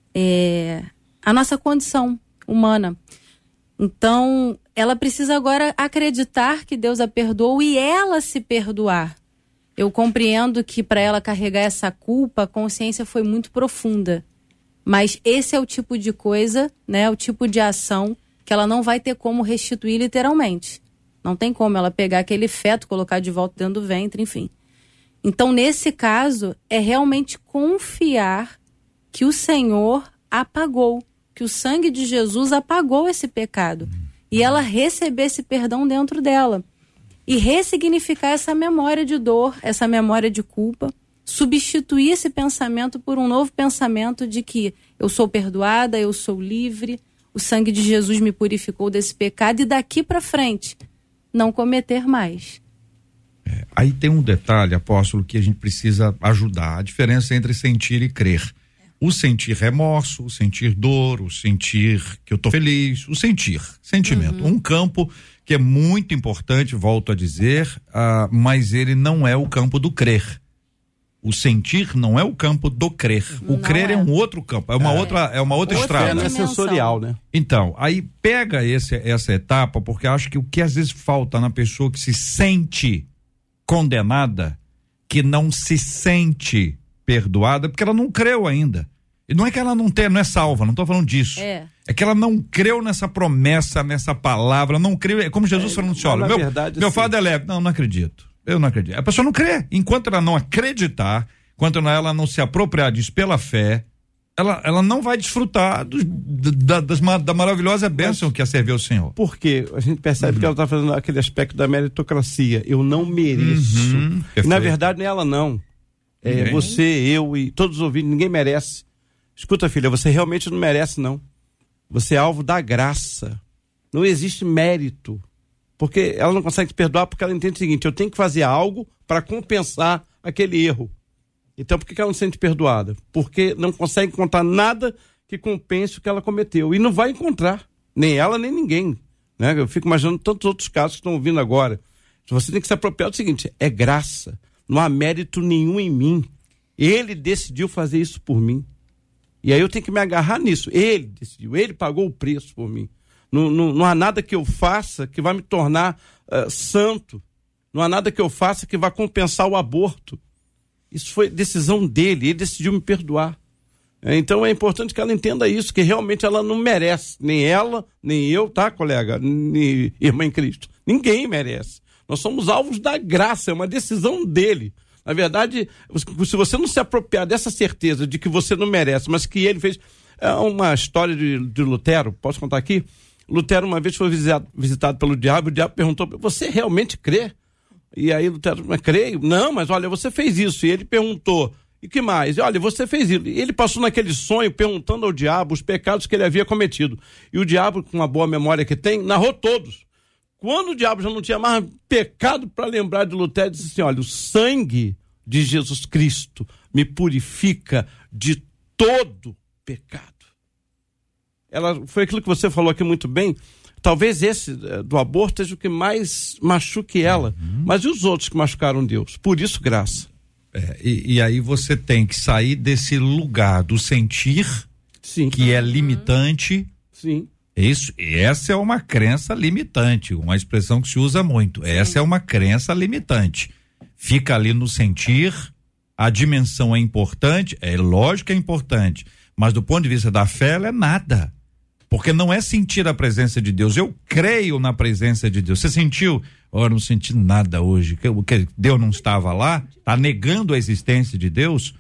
condição humana. Então, ela precisa agora acreditar que Deus a perdoou e ela se perdoar. Eu compreendo que para ela carregar essa culpa, a consciência foi muito profunda. Mas esse é o tipo de coisa, né, o tipo de ação que ela não vai ter como restituir literalmente. Não tem como ela pegar aquele feto, colocar de volta dentro do ventre, enfim. Então, nesse caso, é realmente confiar que o Senhor apagou, que o sangue de Jesus apagou esse pecado. E ela receber esse perdão dentro dela. E ressignificar essa memória de dor, essa memória de culpa, substituir esse pensamento por um novo pensamento de que eu sou perdoada, eu sou livre, o sangue de Jesus me purificou desse pecado e daqui para frente não cometer mais. Aí tem um detalhe, apóstolo, que a gente precisa ajudar, a diferença entre sentir e crer. O sentir remorso, o sentir dor, o sentir que eu tô feliz, o sentimento. Um campo que é muito importante, volto a dizer, mas ele não é o campo do crer. O sentir não é o campo do crer. O não crer é um outro campo, é uma outra estrada. É sensorial, né? Então, aí pega essa etapa, porque acho que o que às vezes falta na pessoa que se sente condenada, que não se sente perdoada, porque ela não creu ainda. E não é que ela não é salva, não estou falando disso. É que ela não creu nessa promessa, nessa palavra, não creu. É como Jesus falando assim, olha, meu fardo é leve. Não acredito. Eu não acredito. A pessoa não crê. Enquanto ela não acreditar, enquanto ela não se apropriar disso pela fé, ela não vai desfrutar da maravilhosa bênção que é servir ao Senhor. Porque a gente percebe que ela está fazendo aquele aspecto da meritocracia. Eu não mereço. Na verdade, não é ela não. É você, eu e todos os ouvintes, ninguém merece. Escuta, filha, você realmente não merece, não. Você é alvo da graça. Não existe mérito. Porque ela não consegue te perdoar porque ela entende o seguinte, eu tenho que fazer algo para compensar aquele erro. Então, por que ela não se sente perdoada? Porque não consegue encontrar nada que compense o que ela cometeu. E não vai encontrar, nem ela, nem ninguém. Né? Eu fico imaginando tantos outros casos que estão ouvindo agora. Você tem que se apropriar do seguinte, é graça. Não há mérito nenhum em mim. Ele decidiu fazer isso por mim. E aí eu tenho que me agarrar nisso. Ele decidiu, ele pagou o preço por mim. Não há nada que eu faça que vai me tornar santo. Não há nada que eu faça que vá compensar o aborto. Isso foi decisão dele, ele decidiu me perdoar. Então é importante que ela entenda isso, que realmente ela não merece, nem ela, nem eu, tá, colega, nem irmã em Cristo. Ninguém merece. Nós somos alvos da graça, é uma decisão dele. Na verdade, se você não se apropriar dessa certeza de que você não merece, mas que ele fez... É uma história de Lutero, posso contar aqui? Lutero uma vez foi visitado pelo diabo, o diabo perguntou, você realmente crê? E aí Lutero, mas creio? Não, mas olha, você fez isso. E ele perguntou, e que mais? E olha, você fez isso. E ele passou naquele sonho perguntando ao diabo os pecados que ele havia cometido. E o diabo, com a boa memória que tem, narrou todos. Quando o diabo já não tinha mais pecado para lembrar de Lutero, disse assim, olha, o sangue de Jesus Cristo me purifica de todo pecado. Foi aquilo que você falou aqui muito bem. Talvez esse do aborto seja o que mais machuque ela. Mas e os outros que machucaram Deus? Por isso, graça. E aí você tem que sair desse lugar do sentir, sim, que é limitante. Sim. Essa é uma crença limitante, uma expressão que se usa muito. Sim. Essa é uma crença limitante. Fica ali no sentir, a dimensão é importante, é lógico que é importante, mas do ponto de vista da fé, ela é nada. Porque não é sentir a presença de Deus. Eu creio na presença de Deus. Você sentiu? Eu não senti nada hoje. Que Deus não estava lá? Está negando a existência de Deus?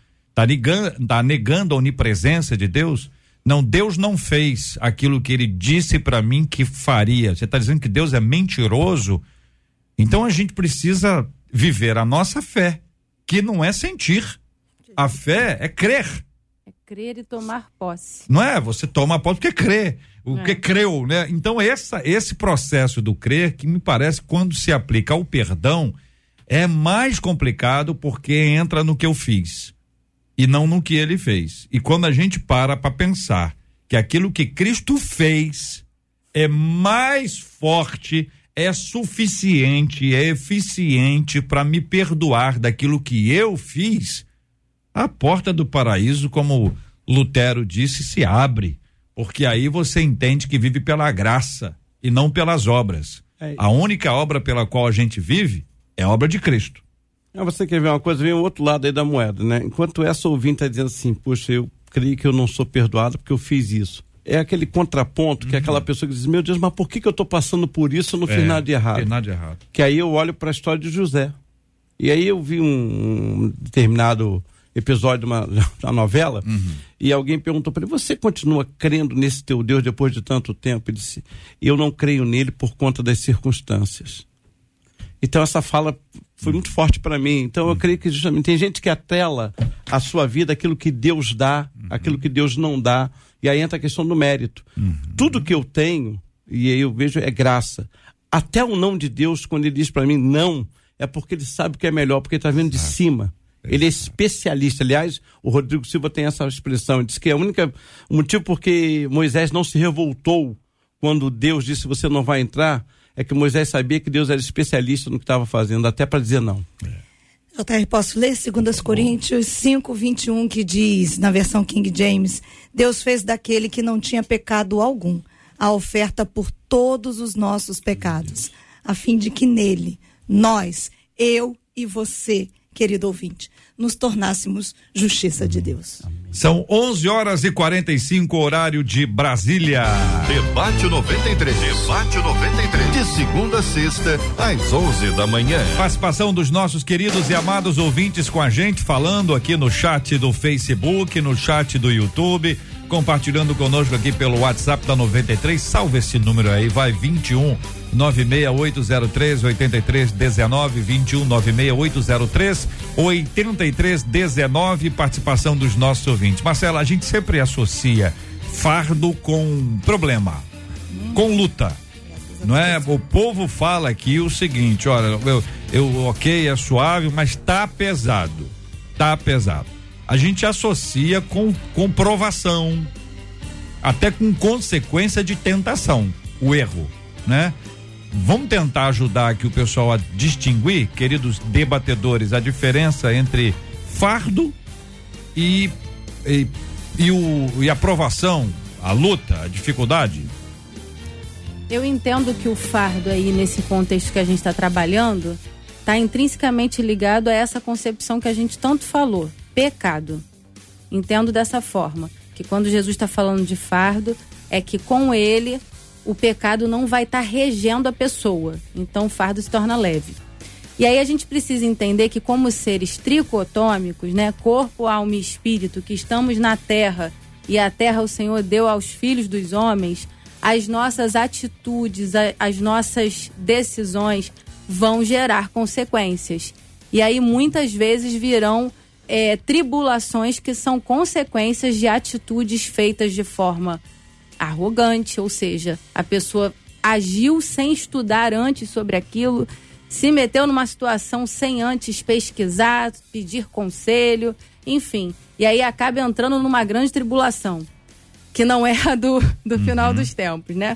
Está negando a onipresença de Deus? Não, Deus não fez aquilo que ele disse para mim que faria. Você está dizendo que Deus é mentiroso? Então a gente precisa viver a nossa fé, que não é sentir. A fé é crer. Crer e tomar posse. Não é? Você toma posse porque crê. Que creu, né? Então esse processo do crer, que me parece, quando se aplica ao perdão, é mais complicado porque entra no que eu fiz e não no que ele fez. E quando a gente para pensar que aquilo que Cristo fez é mais forte, é suficiente, é eficiente para me perdoar daquilo que eu fiz, a porta do paraíso, como Lutero disse, se abre, porque aí você entende que vive pela graça e não pelas obras. A única obra pela qual a gente vive é a obra de Cristo. Você quer ver uma coisa? Vem o outro lado aí da moeda, né? Enquanto essa ouvinte está dizendo assim, puxa, eu creio que eu não sou perdoado porque eu fiz isso. É aquele contraponto que é aquela pessoa que diz, meu Deus, mas por que eu estou passando por isso? Eu não fiz nada de errado. Fiz nada de errado. Que aí eu olho para a história de José. E aí eu vi um determinado episódio de uma novela, e alguém perguntou para ele, você continua crendo nesse teu Deus depois de tanto tempo? Ele disse, eu não creio nele por conta das circunstâncias. Então essa fala foi muito forte para mim. Então eu creio que justamente tem gente que atrela a sua vida aquilo que Deus dá, aquilo que Deus não dá, e aí entra a questão do mérito. Tudo que eu tenho, e aí eu vejo, é graça. Até o não de Deus, quando ele diz para mim não, é porque ele sabe o que é melhor, porque ele está vindo de cima. Ele é especialista. Aliás, o Rodrigo Silva tem essa expressão. Ele diz que o motivo porque Moisés não se revoltou quando Deus disse você não vai entrar, é que Moisés sabia que Deus era especialista no que estava fazendo, até para dizer não. JR, posso ler 2 Coríntios 5:21, que diz, na versão King James, Deus fez daquele que não tinha pecado algum a oferta por todos os nossos pecados, a fim de que nele, nós, eu e você, querido ouvinte, nos tornássemos justiça de Deus. São 11h45, horário de Brasília. Debate 93. Debate 93. De segunda a sexta, às 11 da manhã. Participação dos nossos queridos e amados ouvintes com a gente, falando aqui no chat do Facebook, no chat do YouTube, compartilhando conosco aqui pelo WhatsApp da 93. Salve esse número aí, vai 21 96803 8319, 21 96803 8319, participação dos nossos ouvintes. Marcela, a gente sempre associa fardo com problema, com luta, não é? O povo fala aqui o seguinte, olha, ok, é suave, mas tá pesado. A gente associa com provação, até com consequência de tentação, o erro, né? Vamos tentar ajudar aqui o pessoal a distinguir, queridos debatedores, a diferença entre fardo e a provação, a luta, a dificuldade. Eu entendo que o fardo aí, nesse contexto que a gente está trabalhando, está intrinsecamente ligado a essa concepção que a gente tanto falou, pecado. Entendo dessa forma, que quando Jesus está falando de fardo, é que com ele o pecado não vai estar regendo a pessoa. Então o fardo se torna leve. E aí a gente precisa entender que como seres tricotômicos, né, corpo, alma e espírito, que estamos na terra e a terra o Senhor deu aos filhos dos homens, as nossas atitudes, as nossas decisões vão gerar consequências. E aí muitas vezes virão tribulações que são consequências de atitudes feitas de forma arrogante, ou seja, a pessoa agiu sem estudar antes sobre aquilo, se meteu numa situação sem antes pesquisar, pedir conselho, enfim. E aí acaba entrando numa grande tribulação, que não é a do final dos tempos, né?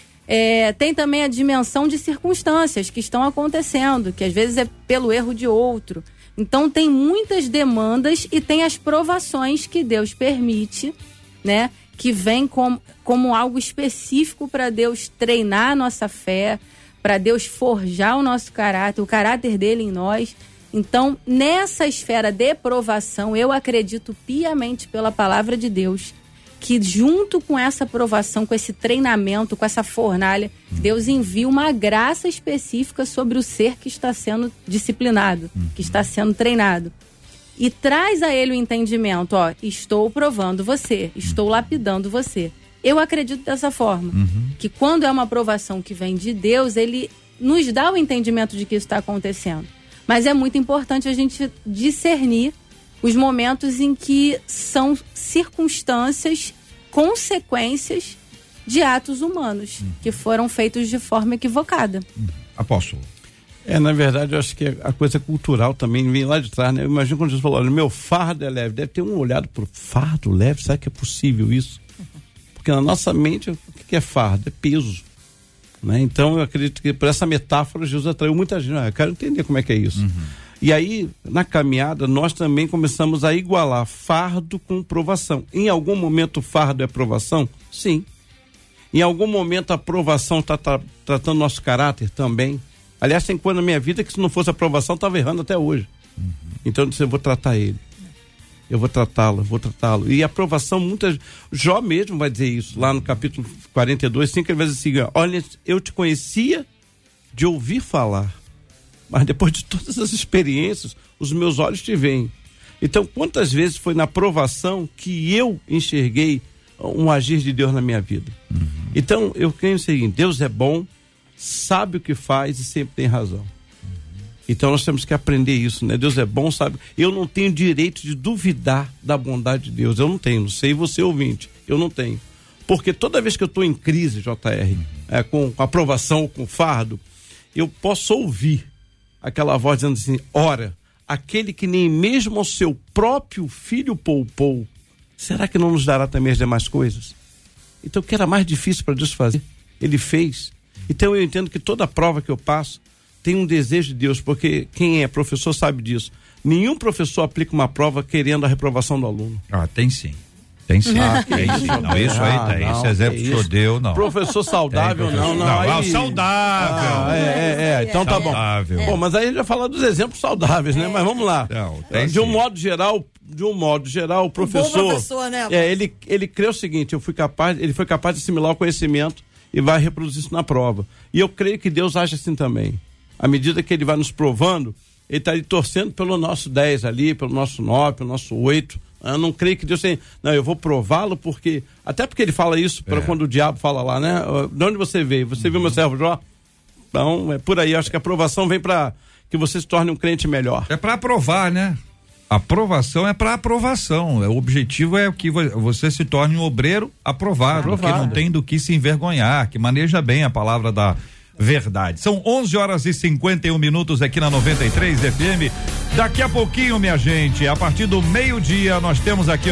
Tem também a dimensão de circunstâncias que estão acontecendo, que às vezes é pelo erro de outro. Então tem muitas demandas e tem as provações que Deus permite, né? Que vem como algo específico para Deus treinar a nossa fé, para Deus forjar o nosso caráter, o caráter dele em nós. Então, nessa esfera de provação, eu acredito piamente pela palavra de Deus, que junto com essa provação, com esse treinamento, com essa fornalha, Deus envia uma graça específica sobre o ser que está sendo disciplinado, que está sendo treinado. E traz a ele o entendimento, estou provando você, estou lapidando você. Eu acredito dessa forma, que quando é uma provação que vem de Deus, ele nos dá o entendimento de que isso está acontecendo. Mas é muito importante a gente discernir os momentos em que são circunstâncias, consequências de atos humanos, que foram feitos de forma equivocada. Apóstolo. Na verdade, eu acho que a coisa cultural também vem lá de trás, né? Eu imagino quando Jesus falou, olha, meu fardo é leve. Deve ter um olhado por fardo leve, será que é possível isso? Porque na nossa mente, o que é fardo? É peso. Né? Então, eu acredito que por essa metáfora, Jesus atraiu muita gente. Eu quero entender como é que é isso. E aí, na caminhada, nós também começamos a igualar fardo com provação. Em algum momento, fardo é provação? Sim. Em algum momento, a provação está tratando nosso caráter? Também. Aliás, tem coisa na minha vida que se não fosse a provação, estava errando até hoje. Então, eu disse, eu vou tratar ele. Eu vou tratá-lo, E a provação, Jó mesmo vai dizer isso, lá no capítulo 42, 5, ele vai dizer assim, olha, eu te conhecia de ouvir falar, mas depois de todas as experiências, os meus olhos te veem. Então, quantas vezes foi na provação que eu enxerguei um agir de Deus na minha vida? Então, eu creio o seguinte, Deus é bom, sabe o que faz e sempre tem razão. Então nós temos que aprender isso, né? Deus é bom, sabe? Eu não tenho direito de duvidar da bondade de Deus. Eu não tenho, não sei você ouvinte. Eu não tenho. Porque toda vez que eu estou em crise, JR, com aprovação, com fardo, eu posso ouvir aquela voz dizendo assim, ora, aquele que nem mesmo ao seu próprio filho poupou, será que não nos dará também as demais coisas? Então o que era mais difícil para Deus fazer, Ele fez. Então eu entendo que toda prova que eu passo, tem um desejo de Deus, porque quem é professor sabe disso. Nenhum professor aplica uma prova querendo a reprovação do aluno. Tem sim. Tem sim. Tem sim. Não, isso aí tem. Esse exemplo que o senhor deu, não. Professor saudável, não. Aí... saudável. Então tá bom. Bom, mas aí a gente vai falar dos exemplos saudáveis, né? Mas vamos lá. Não, de um modo geral, o professor. Bom professor, né? Ele crê o seguinte, ele foi capaz de assimilar o conhecimento e vai reproduzir isso na prova. E eu creio que Deus age assim também. À medida que ele vai nos provando, ele está ali torcendo pelo nosso 10 ali, pelo nosso 9, pelo nosso 8. Eu não creio que Deus tenha... Não, eu vou prová-lo porque... Até porque ele fala isso para quando o diabo fala lá, né? De onde você veio? Você viu meu servo Jó? Então, é por aí. Eu acho que a aprovação vem para que você se torne um crente melhor. É para aprovar, né? A aprovação é para aprovação. O objetivo é que você se torne um obreiro aprovado, que não tem do que se envergonhar, que maneja bem a palavra da verdade. São 11h51 aqui na 93 FM. Daqui a pouquinho, minha gente, a partir do meio-dia, nós temos aqui,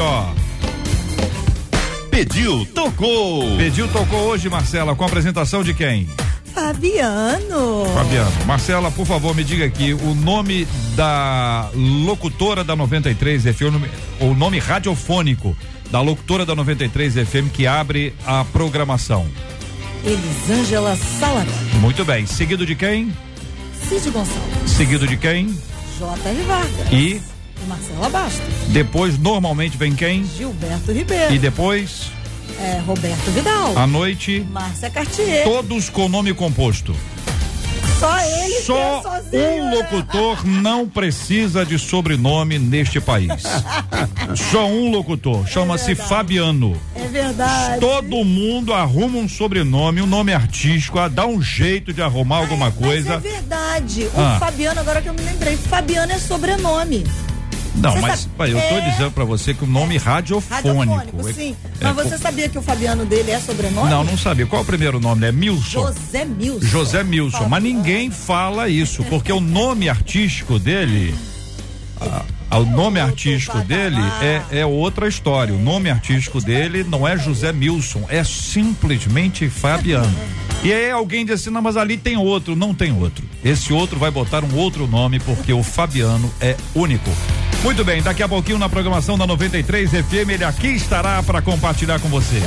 Pediu, tocou hoje, Marcela, com a apresentação de quem? Fabiano. Marcela, por favor, me diga aqui o nome da locutora da 93 FM, o nome radiofônico da locutora da 93 FM que abre a programação. Elisângela Salaró. Muito bem. Seguido de quem? Cid Gonçalves. Seguido de quem? J.R. Vargas. E Marcela Bastos. depois, normalmente, vem quem? Gilberto Ribeiro. E depois? Roberto Vidal. À noite? Márcia Cartier. Todos com nome composto. Só ele Só sozinho, um locutor não precisa de sobrenome neste país. Só um locutor, chama-se Fabiano. É verdade. Todo mundo arruma um sobrenome, um nome artístico, dá um jeito de arrumar alguma coisa. Mas é verdade. O Fabiano, agora que eu me lembrei, Fabiano é sobrenome. Não, Você mas eu tô dizendo pra você que o nome radiofônico. Sim. Mas você sabia que o Fabiano dele é sobrenome? Não sabia. Qual é o primeiro nome? É Milson. José Milson. Mas ninguém fala isso, porque o nome artístico dele, o nome artístico dele é outra história. O nome artístico dele não é José Milson, é simplesmente Fabiano. E aí alguém diz assim, não, mas ali tem outro. Não tem outro. Esse outro vai botar um outro nome, porque o Fabiano é único. Muito bem, daqui a pouquinho na programação da 93 FM, ele aqui estará para compartilhar com você.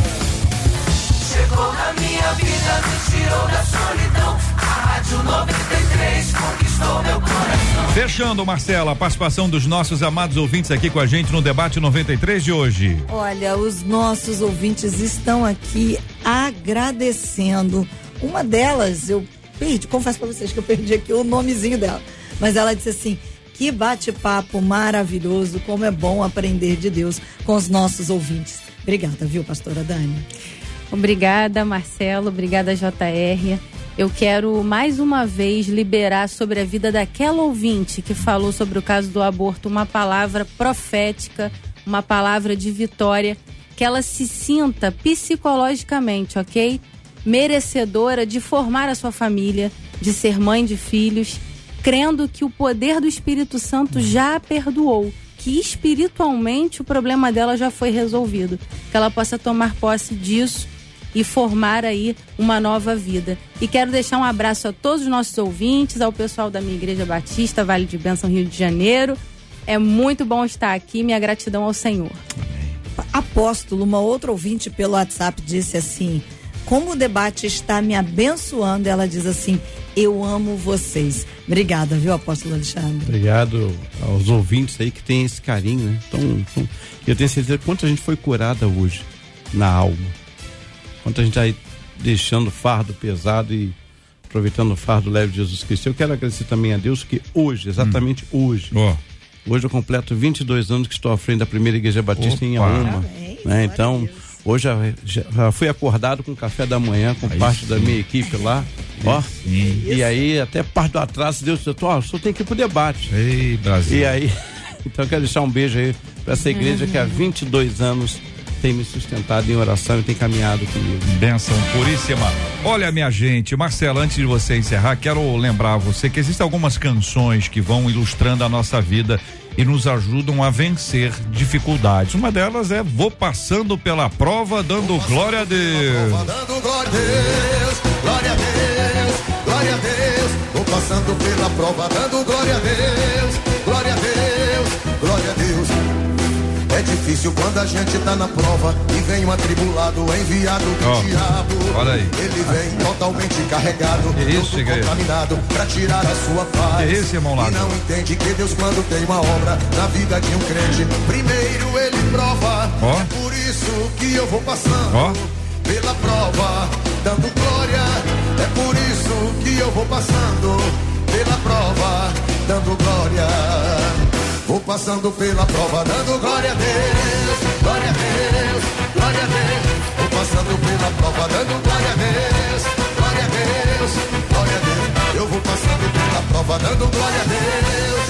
Chegou na minha vida, me tirou da solidão. A Rádio 93 conquistou meu coração. Fechando, Marcela, a participação dos nossos amados ouvintes aqui com a gente no Debate 93 de hoje. Olha, os nossos ouvintes estão aqui agradecendo. Uma delas, eu perdi, confesso para vocês que eu perdi aqui o nomezinho dela, mas ela disse assim: que bate-papo maravilhoso, como é bom aprender de Deus com os nossos ouvintes. Obrigada, viu, pastora Dani? Obrigada, Marcelo, obrigada, JR. Eu quero mais uma vez liberar sobre a vida daquela ouvinte que falou sobre o caso do aborto uma palavra profética, uma palavra de vitória, que ela se sinta psicologicamente, ok? Merecedora de formar a sua família, de ser mãe de filhos, crendo que o poder do Espírito Santo já a perdoou, que espiritualmente o problema dela já foi resolvido, que ela possa tomar posse disso e formar aí uma nova vida. E quero deixar um abraço a todos os nossos ouvintes, ao pessoal da minha Igreja Batista, Vale de Bênção, Rio de Janeiro. É muito bom estar aqui, minha gratidão ao Senhor. Apóstolo, uma outra ouvinte pelo WhatsApp disse assim: como o debate está me abençoando, ela diz assim: eu amo vocês. Obrigada, viu, apóstolo Alexandre? Obrigado aos ouvintes aí que tem esse carinho, né? Então, eu tenho certeza que quanta gente foi curada hoje na alma. Quanta gente aí deixando o fardo pesado e aproveitando o fardo leve de Jesus Cristo. Eu quero agradecer também a Deus que hoje, exatamente hoje, hoje eu completo 22 anos que estou à frente da primeira Igreja Batista em Auma, né? Então, hoje já fui acordado com café da manhã com parte da minha equipe lá, e aí até parte do atraso, Deus disse, o senhor tem que ir pro debate. Ei, Brasil. E aí, então eu quero deixar um beijo aí para essa igreja que há 22 anos tem me sustentado em oração e tem caminhado comigo. Bênção puríssima. Olha, minha gente, Marcelo, antes de você encerrar, quero lembrar a você que existem algumas canções que vão ilustrando a nossa vida e nos ajudam a vencer dificuldades. Uma delas é Vou Passando pela Prova, dando glória a Deus. Dando glória a Deus, glória a Deus, glória a Deus. Vou passando pela prova, dando glória a Deus, glória a Deus, glória a Deus. É difícil quando a gente tá na prova e vem um atribulado enviado do diabo. Olha aí. Ele vem totalmente carregado, isso, contaminado, pra tirar a sua paz. Esse, irmão Lázaro. E não entende que Deus, quando tem uma obra na vida de um crente, primeiro ele prova. É por isso que eu vou passando pela prova, dando glória. É por isso que eu vou passando pela prova, dando glória. Vou passando pela prova, dando glória a Deus, glória a Deus, glória a Deus. Vou passando pela prova, dando glória a Deus, glória a Deus, glória a Deus. Eu vou passando pela prova, dando glória a Deus,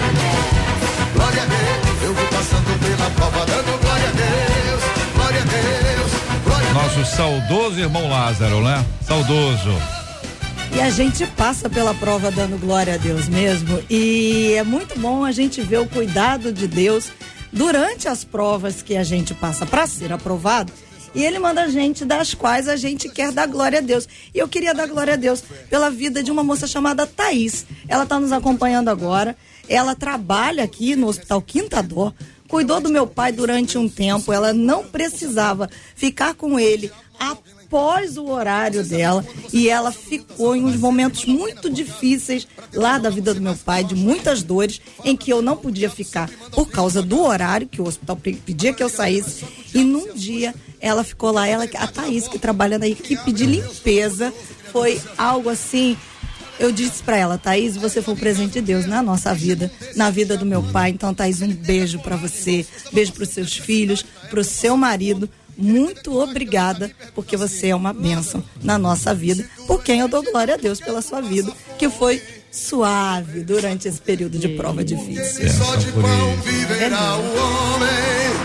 glória a Deus. Eu vou passando pela prova, dando glória a Deus, glória a Deus, glória a Deus. Nosso saudoso irmão Lázaro, né? Saudoso. E a gente passa pela prova dando glória a Deus mesmo. E é muito bom a gente ver o cuidado de Deus durante as provas que a gente passa para ser aprovado. E ele manda a gente das quais a gente quer dar glória a Deus. E eu queria dar glória a Deus pela vida de uma moça chamada Thaís. Ela está nos acompanhando agora. Ela trabalha aqui no Hospital Quinta Dó, cuidou do meu pai durante um tempo, ela não precisava ficar com ele após o horário dela, e ela ficou em uns momentos muito difíceis lá da vida do meu pai, de muitas dores, em que eu não podia ficar por causa do horário, que o hospital pedia que eu saísse, e num dia ela ficou lá, a Thaís, que trabalha na equipe de limpeza, foi algo assim. Eu disse pra ela: Thaís, você foi um presente de Deus na nossa vida, na vida do meu pai. Então, Thaís, um beijo pra você, beijo pros seus filhos, pro seu marido. Muito obrigada, porque você é uma bênção na nossa vida, por quem eu dou glória a Deus pela sua vida, que foi suave durante esse período de prova difícil. Só de pão viverá o homem.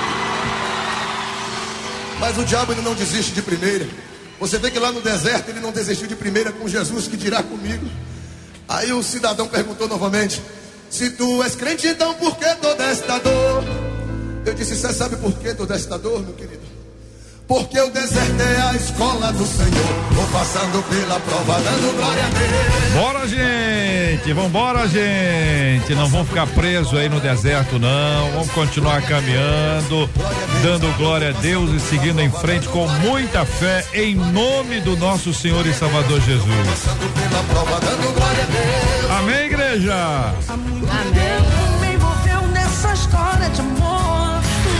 Mas o diabo ele não desiste de primeira. Você vê que lá no deserto ele não desistiu de primeira com Jesus, que dirá comigo. Aí o cidadão perguntou novamente: se tu és crente, então por que toda esta dor? Eu disse: você sabe por que toda esta dor, meu querido? Porque o deserto é a escola do Senhor. Vou passando pela prova, dando glória a Deus. Bora, gente! Vambora, gente! Não vamos ficar presos aí no deserto, não. Vamos continuar caminhando, dando glória a Deus e seguindo em frente com muita fé, em nome do nosso Senhor e Salvador Jesus. Passando pela prova, dando glória a Deus. Amém, igreja? Amém. Me envolveu nessa história de amor.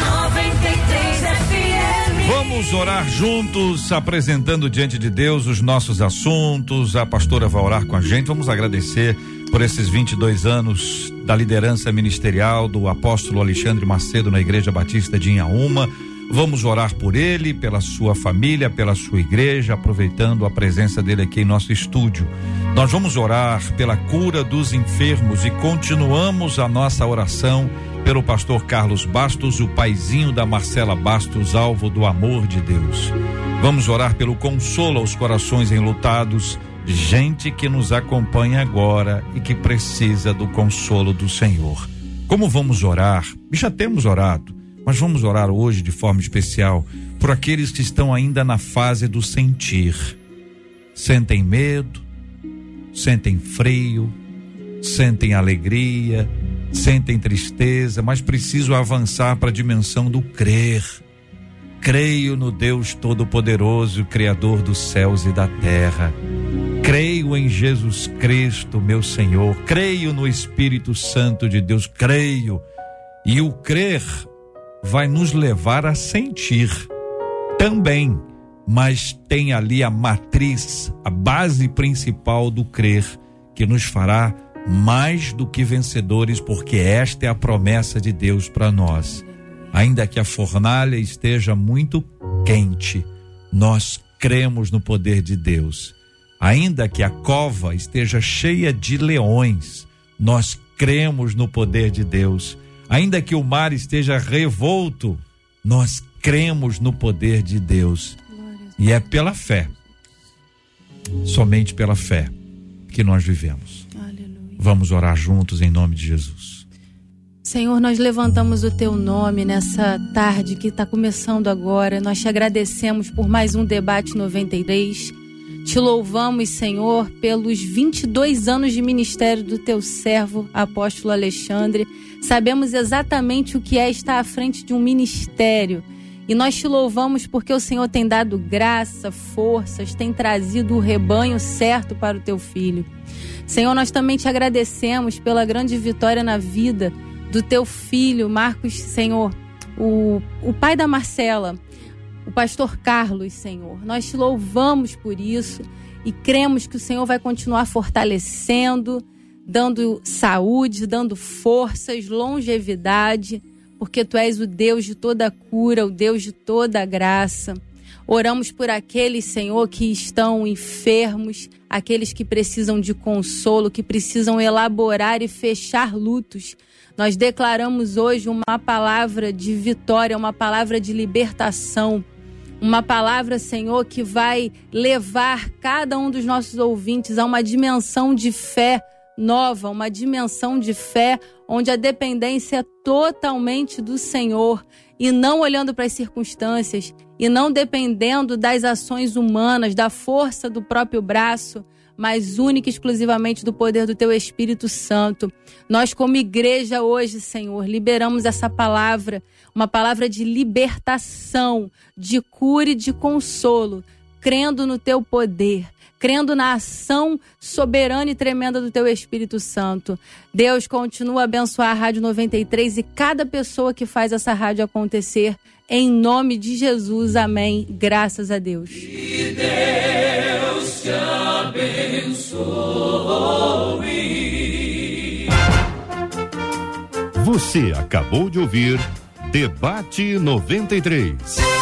93 FM. Vamos orar juntos, apresentando diante de Deus os nossos assuntos. A pastora vai orar com a gente. Vamos agradecer por esses 22 anos da liderança ministerial do apóstolo Alexandre Macedo na Igreja Batista de Inhaúma. Vamos orar por ele, pela sua família, pela sua igreja, aproveitando a presença dele aqui em nosso estúdio. Nós vamos orar pela cura dos enfermos e continuamos a nossa oração pelo pastor Carlos Bastos, o paizinho da Marcela Bastos, alvo do amor de Deus. Vamos orar pelo consolo aos corações enlutados, gente que nos acompanha agora e que precisa do consolo do Senhor. Como vamos orar? Já temos orado, mas vamos orar hoje de forma especial por aqueles que estão ainda na fase do sentir. Sentem medo, sentem frio, sentem alegria, sentem tristeza, mas preciso avançar para a dimensão do crer. Creio no Deus Todo-Poderoso, Criador dos céus e da terra. Creio em Jesus Cristo, meu Senhor. Creio no Espírito Santo de Deus. Creio. E o crer vai nos levar a sentir também, mas tem ali a matriz, a base principal do crer, que nos fará mais do que vencedores, porque esta é a promessa de Deus para nós. Ainda que a fornalha esteja muito quente, nós cremos no poder de Deus. Ainda que a cova esteja cheia de leões, nós cremos no poder de Deus. Ainda que o mar esteja revolto, nós cremos no poder de Deus. E é pela fé, somente pela fé, que nós vivemos. Vamos orar juntos em nome de Jesus. Senhor, nós levantamos o teu nome nessa tarde que está começando agora. Nós te agradecemos por mais um debate 93. Te louvamos, Senhor, pelos 22 anos de ministério do teu servo, apóstolo Alexandre. Sabemos exatamente o que é estar à frente de um ministério. E nós te louvamos porque o Senhor tem dado graça, forças, tem trazido o rebanho certo para o teu filho. Senhor, nós também te agradecemos pela grande vitória na vida do teu filho, Marcos, Senhor, o pai da Marcela, o pastor Carlos, Senhor. Nós te louvamos por isso e cremos que o Senhor vai continuar fortalecendo, dando saúde, dando forças, longevidade, porque tu és o Deus de toda cura, o Deus de toda graça. Oramos por aqueles, Senhor, que estão enfermos, aqueles que precisam de consolo, que precisam elaborar e fechar lutos. Nós declaramos hoje uma palavra de vitória, uma palavra de libertação, uma palavra, Senhor, que vai levar cada um dos nossos ouvintes a uma dimensão de fé nova, uma dimensão de fé onde a dependência é totalmente do Senhor e não olhando para as circunstâncias e não dependendo das ações humanas, da força do próprio braço, mas única e exclusivamente do poder do Teu Espírito Santo. Nós, como igreja hoje, Senhor, liberamos essa palavra, uma palavra de libertação, de cura e de consolo, crendo no Teu poder, crendo na ação soberana e tremenda do Teu Espírito Santo. Deus, continua a abençoar a Rádio 93 e cada pessoa que faz essa rádio acontecer, em nome de Jesus, amém. Graças a Deus. Que Deus te abençoe. Você acabou de ouvir Debate 93.